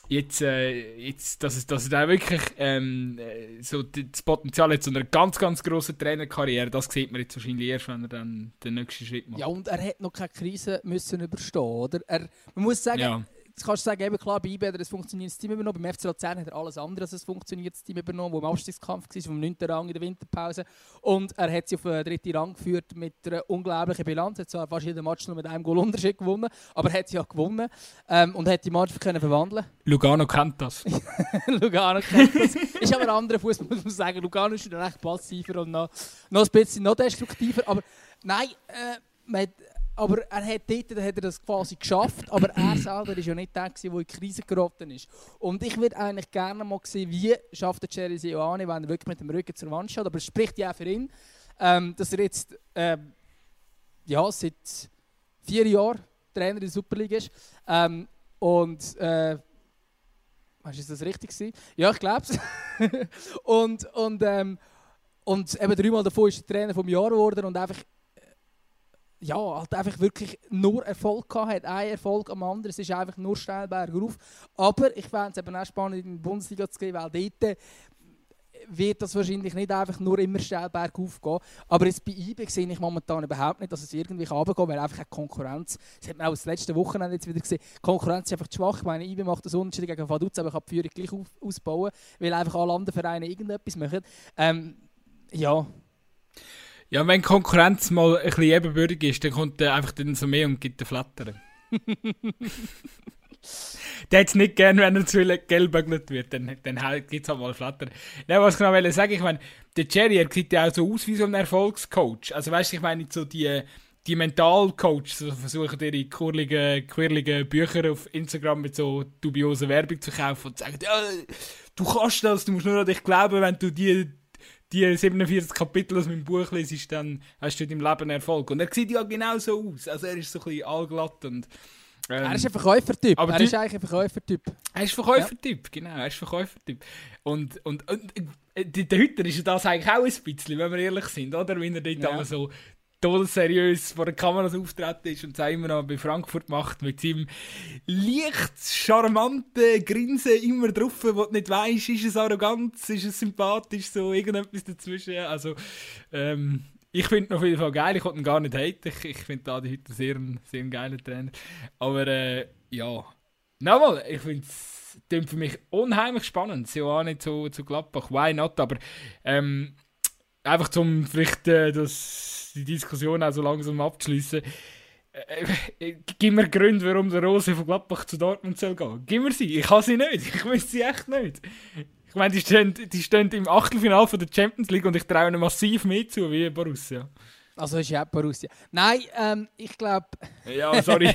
jetzt, äh, jetzt dass es, dass es da wirklich ähm, äh, so das Potenzial hat zu einer ganz, ganz grossen Trainerkarriere, das sieht man jetzt wahrscheinlich erst, wenn er dann den nächsten Schritt macht. Ja, und er hat noch keine Krise müssen überstehen, oder? Er, man muss sagen, Ja. jetzt kannst du sagen, eben klar, bei I B hat er ein funktionierendes Team übernommen, beim F C Luzern hat er alles andere als ein funktionierendes Team übernommen, wo im Abstiegskampf war, vom neunten Rang in der Winterpause. Und er hat sie auf den dritten Rang geführt mit einer unglaublichen Bilanz. Er hat zwar fast jeden Match nur mit einem Goal Unterschied gewonnen, aber er hat sie auch gewonnen ähm, und hat die Mannschaft können verwandeln. Lugano kennt das. Lugano kennt das. Ist aber ein anderer Fußball, muss man sagen. Lugano ist recht passiver und noch, noch ein bisschen noch destruktiver. Aber nein, äh, man hat, aber er hat dort hat er das quasi geschafft, aber er selber war ja nicht der, der in die Krise geraten ist. Und ich würde eigentlich gerne mal sehen, wie schafft der Jerry Seoane, wenn er wirklich mit dem Rücken zur Wand steht. Aber es spricht ja auch für ihn, ähm, dass er jetzt ähm, ja, seit vier Jahren Trainer in der Superliga ist. Ähm, und äh, ist das richtig gewesen? Ja, ich glaube es. und, und, ähm, und eben dreimal davon ist er Trainer vom Jahr geworden und einfach ja, halt einfach wirklich nur Erfolg gehabt hat, ein Erfolg am anderen, es ist einfach nur steil bergauf. Aber ich fände es eben auch spannend, in die Bundesliga zu gehen, weil dort wird das wahrscheinlich nicht einfach nur immer steil bergauf gehen. Aber jetzt bei I B sehe ich momentan überhaupt nicht, dass es irgendwie runtergehen kann, weil einfach eine Konkurrenz, das hat man auch das letzte Wochenende jetzt wieder gesehen, die Konkurrenz ist einfach zu schwach. Ich meine, I B macht das Unterschied gegen Vaduz, aber ich kann die Führung gleich auf, ausbauen, weil einfach alle anderen Vereine irgendetwas machen. Ähm, ja. Ja, wenn Konkurrenz mal ein bisschen ebenbürtig ist, dann kommt er einfach dann so mehr und gibt den Flattern. Der hat es nicht gern, wenn er zu gelb bügelt wird, dann, dann gibt es halt mal Flattern. Nein, was ich noch wollte sagen, ich meine, der Jerry, er sieht ja auch so aus wie so ein Erfolgscoach. Also weißt du, ich meine so die, die Mentalcoaches so versuchen ihre quirligen, quirligen Bücher auf Instagram mit so dubioser Werbung zu kaufen und zu sagen, ja, du kannst das, du musst nur an dich glauben, wenn du die die siebenundvierzig Kapitel aus meinem Buch liest, dann hast du in deinem Leben Erfolg. Und er sieht ja genau so aus. Also er ist so ein bisschen allglatt und... Ähm, er ist ein Verkäufertyp. Aber er die, ist eigentlich ein Verkäufertyp. Er ist Verkäufertyp, ja. Genau. Er ist Verkäufertyp. Und, und, und äh, der Hütter ist ja das eigentlich auch ein bisschen, wenn wir ehrlich sind, oder? Wenn er dort ja. aber so todesseriös vor der Kamera auftreten ist und es immer noch bei Frankfurt macht, mit seinem leicht charmanten Grinsen immer drauf, wo du nicht weisst, ist es Arroganz, ist es sympathisch, so irgendetwas dazwischen. Also, ähm, ich finde ihn auf jeden Fall geil, ich wollte ihn gar nicht haten, ich, ich finde Adi heute sehr, sehr ein geiler Trainer. Aber äh, ja, nochmal, ich finde es klingt für mich unheimlich spannend, so auch nicht zu, zu Gladbach, why not, aber ähm, einfach zum vielleicht äh, das die Diskussion auch so langsam abzuschließen. Äh, äh, gib mir Gründe, warum der Rose von Gladbach zu Dortmund soll gehen. Gib mir sie. Ich kann sie nicht. Ich wüsste sie echt nicht. Ich meine, die stehen, die stehen im Achtelfinale von der Champions League und ich traue ihnen massiv mehr zu wie Borussia. Also ist ja Borussia. Nein, ähm, ich glaube... Ja, sorry.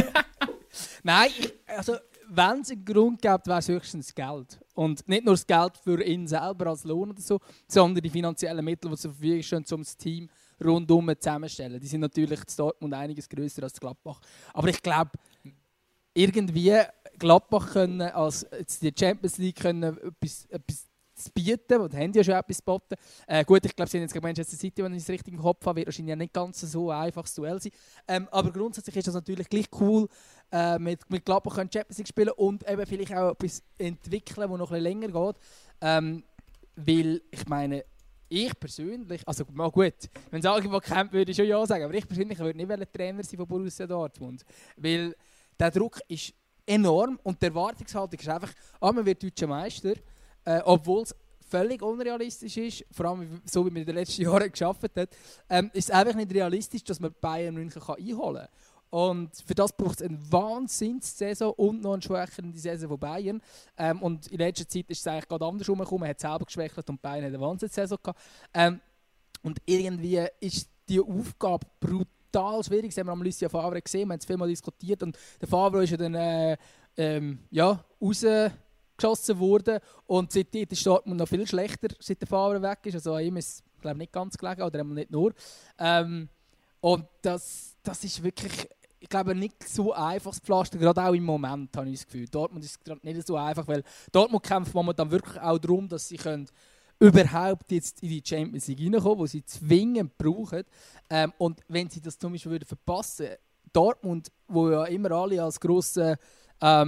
Nein, ich, also wenn es einen Grund gibt, wäre es höchstens Geld. Und nicht nur das Geld für ihn selber als Lohn oder so, sondern die finanziellen Mittel, die zur Verfügung stehen, um das Team rundum zusammenstellen. Die sind natürlich in Dortmund einiges grösser als Gladbach. Aber ich glaube, irgendwie Gladbach können als die Champions League können etwas, etwas bieten, und haben ja schon etwas geboten. Äh, gut, ich glaube, sie haben jetzt gegen Manchester City, wenn ich es richtig im Kopf habe, wird wahrscheinlich nicht ganz so ein einfaches Duell sein. Ähm, aber grundsätzlich ist das natürlich gleich cool, äh, mit, mit Gladbach können Champions League spielen und eben vielleicht auch etwas entwickeln, das noch ein bisschen länger geht. Ähm, weil, ich meine, ich persönlich, also mal gut, wenn es Angebot käme, würde ich schon ja sagen, aber ich persönlich würde nicht Trainer sein von Borussia Dortmund, weil der Druck ist enorm und die Erwartungshaltung ist einfach, ah, man wird deutscher Meister, äh, obwohl es völlig unrealistisch ist, vor allem so wie man in den letzten Jahren geschafft hat, ähm, ist es einfach nicht realistisch, dass man Bayern München kann einholen kann. Und für das braucht es eine Wahnsinns-Saison und noch eine schwächere Saison von Bayern. Ähm, und in letzter Zeit ist es eigentlich gerade andersrum gekommen. Man hat selber geschwächelt und Bayern hat eine Wahnsinns-Saison gehabt. Ähm, und irgendwie ist die Aufgabe brutal schwierig. Das haben wir am Lucien Favre gesehen, wir haben es vielmal diskutiert. Und der Favre ist ja dann äh, ähm, ja, rausgeschossen worden. Und seitdem ist Dortmund noch viel schlechter, seit der Favre weg ist. Also an ihm ist es, glaube ich, nicht ganz gelegen, oder nicht nur. Ähm, und das, das ist wirklich, ich glaube, nicht so einfach das Pflaster, gerade auch im Moment, habe ich das Gefühl. Dortmund ist gerade nicht so einfach, weil Dortmund kämpft momentan wirklich auch darum, dass sie können überhaupt jetzt in die Champions League reinkommen, die sie zwingend brauchen. Ähm, und wenn sie das zum Beispiel würden verpassen, Dortmund, wo ja immer alle als grosse ähm,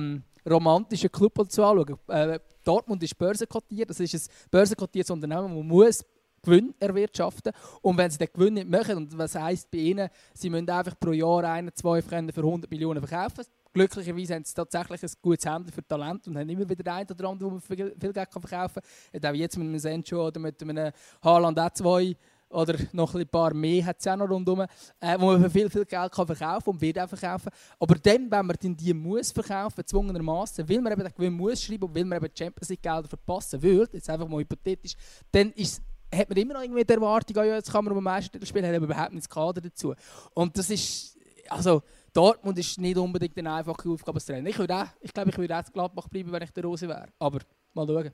romantischen Club zu anschauen. Äh, Dortmund ist börsenkotiert, das ist ein börsenkotiertes Unternehmen, das muss Gewinn erwirtschaften. Und wenn sie den Gewinn nicht machen, und was heisst bei ihnen, sie müssen einfach pro Jahr einen, zwei für hundert Millionen verkaufen. Glücklicherweise haben sie tatsächlich ein gutes Händler für Talent und haben immer wieder den einen oder anderen, wo man viel, viel Geld verkaufen kann. Auch jetzt mit einem Sancho oder mit einem Haaland auch zwei oder noch ein paar mehr hat es auch noch rundherum, äh, wo man für viel, viel Geld kann verkaufen und wird auch verkaufen. Aber dann, wenn man dann die muss verkaufen, zwungenermaßen, weil man eben den Gewinn muss schreiben und weil man eben die Champions League Gelder verpassen würde, jetzt einfach mal hypothetisch, dann ist hat man immer noch irgendwie die Erwartung, oh ja, jetzt kann man um den Meistertitel spielen, hat aber überhaupt nicht das Kader dazu. Und das ist, also Dortmund ist nicht unbedingt eine einfache Aufgabe als Trainer. Ich, würde auch, ich glaube, ich würde auch in Gladbach bleiben, wenn ich der Rose wäre. Aber mal schauen.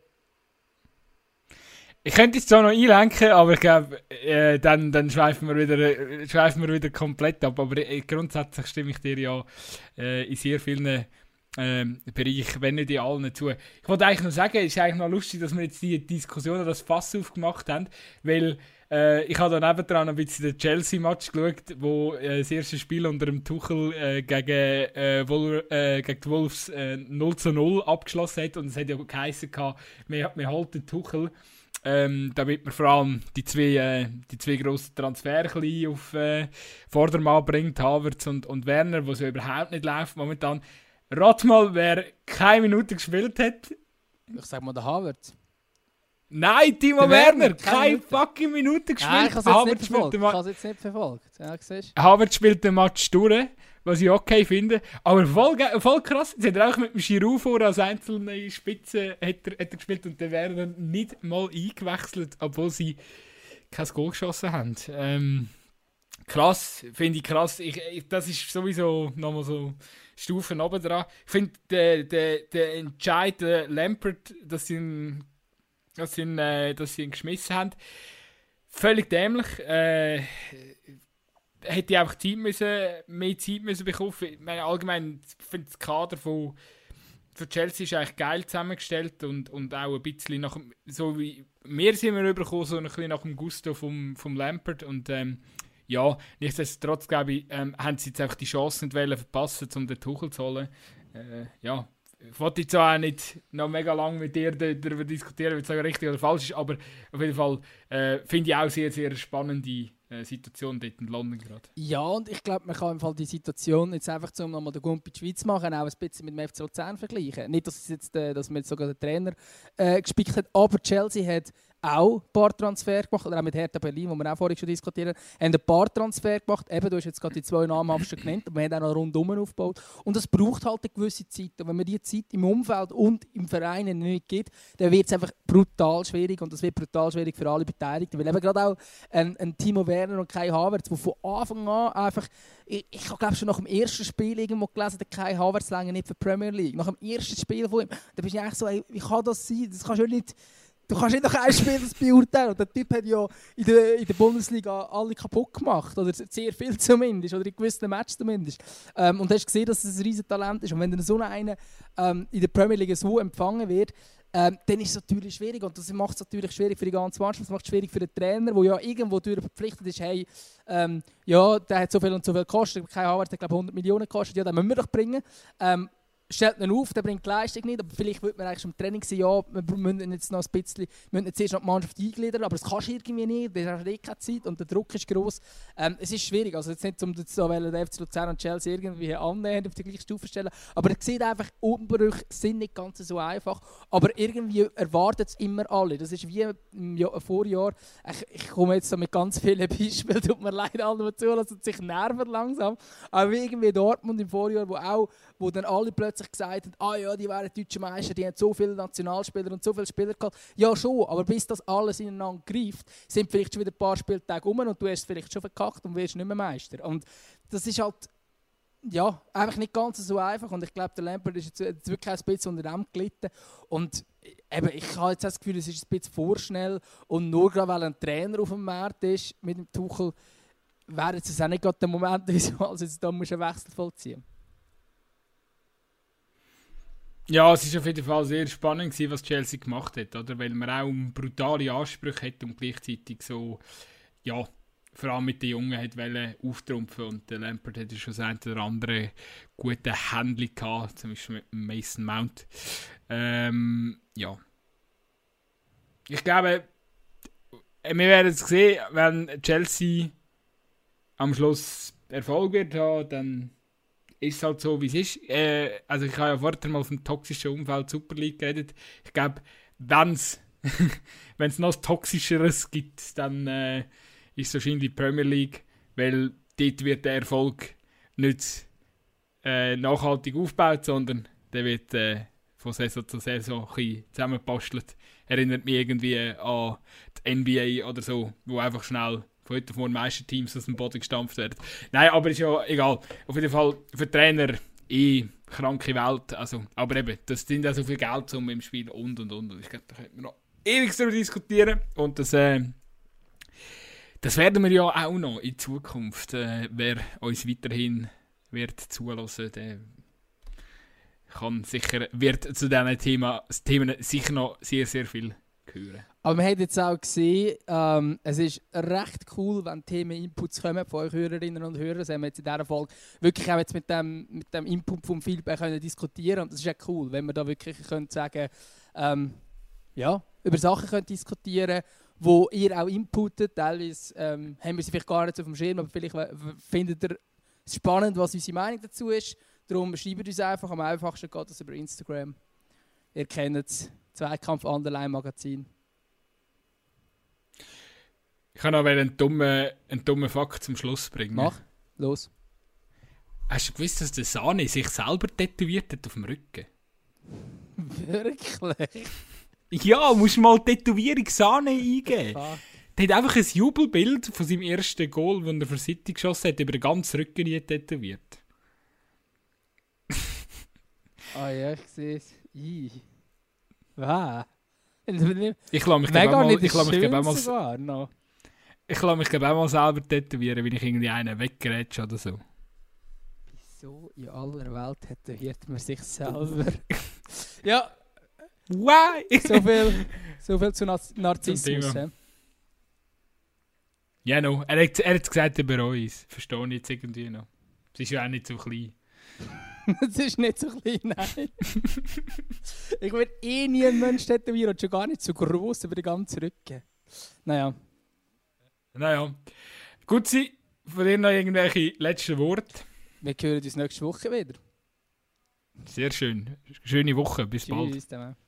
Ich könnte es zwar noch einlenken, aber ich glaube, äh, dann, dann schweifen wir wieder, äh, schweifen wir wieder komplett ab. Aber äh, grundsätzlich stimme ich dir ja äh, in sehr vielen ähm, Bereichen, wenn nicht in allen, zu. Ich wollte eigentlich noch sagen, es ist eigentlich noch lustig, dass wir jetzt die Diskussion, das Fass aufgemacht haben, weil äh, ich habe da nebendran ein bisschen den Chelsea-Match geschaut, wo äh, das erste Spiel unter dem Tuchel äh, gegen, äh, Wol äh, gegen die Wolves äh, null zu null abgeschlossen hat. Und es hat ja geheißen, wir, wir halten den Tuchel. Ähm, damit man vor allem die zwei, äh, die zwei grossen Transfer auf äh, Vordermann bringt, Havertz und, und Werner, wo es ja überhaupt nicht läuft momentan. Rat mal, wer keine Minute gespielt hat. Ich sag mal der Havertz. Nein, Timo Der Werner, Werner, keine keine Minute. fucking Minute gespielt. Ah, ich habe es Havertz jetzt, spielt den Ma- jetzt nicht verfolgt. Ja, siehst du? Havertz spielt den Match durch, was ich okay finde. Aber voll, ge- voll krass, jetzt hat er auch mit dem Giroud vor als einzelne Spitze hat er, hat er gespielt und der Werner nicht mal eingewechselt, obwohl sie kein Goal geschossen haben. Ähm, krass, finde ich krass. Ich, ich, das ist sowieso nochmal so Stufen oben dran. Ich finde, der, der, der Entscheid, der Lampard, dass sie ihn, dass sie ihn, äh, dass sie ihn geschmissen haben, völlig dämlich. Äh, hätte ich einfach Zeit müssen, mehr Zeit müssen bekommen. Ich meine, allgemein finde das Kader von, von Chelsea ist eigentlich geil zusammengestellt und, und auch ein bisschen nach dem, so wie wir sind wir rübergekommen, so ein bisschen nach dem Gusto vom, vom Lampard und ähm, ja, nichtsdestotrotz glaube ich, ähm, haben sie jetzt einfach die Chance nicht wollen verpassen, um den Tuchel zu holen. Äh, ja, ich wollte jetzt auch nicht noch mega lange mit dir darüber diskutieren, ob es richtig oder falsch ist, aber auf jeden Fall äh, finde ich auch sehr, sehr spannende äh, Situation dort in London gerade. Ja, und ich glaube, man kann im Fall die Situation jetzt einfach, um nochmal den Gump in die Schweiz zu machen, auch ein bisschen mit dem F C Luzern vergleichen. Nicht, dass, es jetzt, äh, dass man jetzt sogar den Trainer äh, gespickt hat, aber Chelsea hat auch ein paar Transfer gemacht, oder auch mit Hertha Berlin, wo wir auch vorhin schon diskutiert haben, haben ein paar Transfer gemacht. Eben, du hast jetzt gerade die zwei Namen schon genannt, aber wir haben auch noch rundum aufgebaut. Und das braucht halt eine gewisse Zeit. Und wenn man diese Zeit im Umfeld und im Verein nicht gibt, dann wird es einfach brutal schwierig. Und das wird brutal schwierig für alle Beteiligten. Weil eben gerade auch ein, ein Timo Werner und Kai Havertz, die von Anfang an einfach... Ich, ich habe glaube schon nach dem ersten Spiel irgendwo gelesen, der Kai Havertz länger nicht für die Premier League. Nach dem ersten Spiel von ihm, da bist du eigentlich so, ey, wie kann das sein? Das kannst du nicht... Du kannst nicht nach einem Spiel das beurteilen. Und der Typ hat ja in der, in der Bundesliga alle kaputt gemacht. Oder sehr viel zumindest. Oder in gewissen Matches zumindest. Ähm, und du hast gesehen, dass es ein riesen Talent ist. Und wenn dann so einer ähm, in der Premier League so empfangen wird, ähm, dann ist es natürlich schwierig. Und das macht es natürlich schwierig für die ganze Mannschaft. Das macht es schwierig für den Trainer, der ja irgendwo durch verpflichtet ist, hey, ähm, ja, der hat so viel und so viel gekostet. Kein Havertz hat, glaube ich, hundert Millionen gekostet. Ja, den müssen wir doch bringen. Ähm, stellt ihn auf, der bringt die Leistung nicht, aber vielleicht würde man eigentlich im Training sagen, ja, wir müssen jetzt noch ein bisschen, wir müssen jetzt erst noch die Mannschaft eingliedern, aber das kannst du irgendwie nicht, das ist eh keine Zeit und der Druck ist gross. Ähm, es ist schwierig, also jetzt nicht, um so den F C Luzern und Chelsea irgendwie annähernd auf die gleiche Stufe zu stellen, aber er sieht einfach, Umbrüche sind nicht ganz so einfach, aber irgendwie erwartet es immer alle. Das ist wie im Jahr, Vorjahr, ich, ich komme jetzt so mit ganz vielen Beispielen, tut mir leid, alle, die zulassen, sich nerven langsam, aber wie irgendwie Dortmund im Vorjahr, wo auch, wo dann alle plötzlich gesagt haben, ah ja, die wären deutsche Meister, die haben so viele Nationalspieler und so viele Spieler gehabt. Ja schon, aber bis das alles ineinander greift, sind vielleicht schon wieder ein paar Spieltage um und du hast es vielleicht schon verkackt und wirst nicht mehr Meister. Und das ist halt, ja, einfach nicht ganz so einfach und ich glaube, der Lampard ist jetzt, jetzt wirklich ein bisschen unter dem gelitten und eben, ich habe jetzt das Gefühl, es ist ein bisschen vorschnell und nur gerade weil ein Trainer auf dem Markt ist mit dem Tuchel, wäre es auch nicht gerade der Moment, wieso also jetzt da musst du einen Wechsel vollziehen. Ja, es war auf jeden Fall sehr spannend gewesen, was Chelsea gemacht hat, oder? Weil man auch brutale Ansprüche hat und gleichzeitig so, ja, vor allem mit den Jungen hat wollen auftrumpfen und der Lampard hatte schon ein oder andere gute Händchen gehabt, zum Beispiel mit Mason Mount. Ähm, ja. Ich glaube, wir werden es sehen, wenn Chelsea am Schluss Erfolg wird haben, dann ist es halt so, wie es ist. Äh, also ich habe ja vorher mal vom toxischen Umfeld Super League geredet. Ich glaube, wenn es wenn es noch toxischeres gibt, dann äh, ist es wahrscheinlich die Premier League, weil dort wird der Erfolg nicht äh, nachhaltig aufgebaut, sondern der wird äh, von Saison zu Saison ein bisschen zusammengebastelt. Erinnert mich irgendwie an die N B A oder so, wo einfach schnell von heute vor den meisten Teams aus dem Boden gestampft werden. Nein, aber ist ja egal. Auf jeden Fall für Trainer eh kranke Welt. Also, aber eben, das sind ja so viel Geldsummen im Spiel und und und. Ich glaube, da könnte man noch ewig darüber diskutieren. Und das, äh, das werden wir ja auch noch in Zukunft. Äh, wer uns weiterhin wird zulassen, der kann sicher, wird zu diesen Thema, Themen sicher noch sehr, sehr viel hören. Aber wir haben jetzt auch gesehen, ähm, es ist recht cool, wenn Themen Inputs kommen von euch Hörerinnen und Hörern. Das haben wir jetzt in dieser Folge wirklich auch jetzt mit dem, mit dem Input vom Feedback können diskutieren. Und das ist ja cool, wenn wir da wirklich können sagen ähm, ja, über Sachen können diskutieren, wo ihr auch inputet. Teilweise ähm, haben wir sie vielleicht gar nicht auf dem Schirm, aber vielleicht findet ihr es spannend, was unsere Meinung dazu ist. Darum schreibt uns einfach, am einfachsten geht das über Instagram. Ihr kennt es, Zweikampf Underline Magazin. Ich kann noch einen dummen, einen dummen Fakt zum Schluss bringen. Mach, los. Hast du gewusst, dass der Sane sich selber tätowiert hat auf dem Rücken? Wirklich? Ja, musst du mal Tätowierung Sane eingeben. Ah. Der hat einfach ein Jubelbild von seinem ersten Goal, das er für City geschossen hat, über den ganzen Rücken nie tätowiert. Ah ja, ich sehe es. I. Was? Ich lasse mich Mega mal, nicht ich lasse mich schön auch mal, sogar noch. ich lasse mich auch mal selber tätowieren, wenn ich irgendwie einen weggerätsche oder so. Wieso in aller Welt tätowiert man sich selber? Ja, Why? so viel, so viel zu Naz- Zum Narzissmus. Thema. Ja. Ja, no. Er hat er hat gesagt über uns. Verstehe ich jetzt irgendwie noch. Es ist ja auch nicht so klein. Das ist nicht so klein, nein. Ich würde eh nie einen Menschen tätowieren und schon gar nicht so gross über den ganzen Rücken. Naja. Naja. Gut, Sie, von dir noch irgendwelche letzten Worte? Wir hören uns nächste Woche wieder. Sehr schön. Schöne Woche. Bis bald. Tschüss. Zusammen.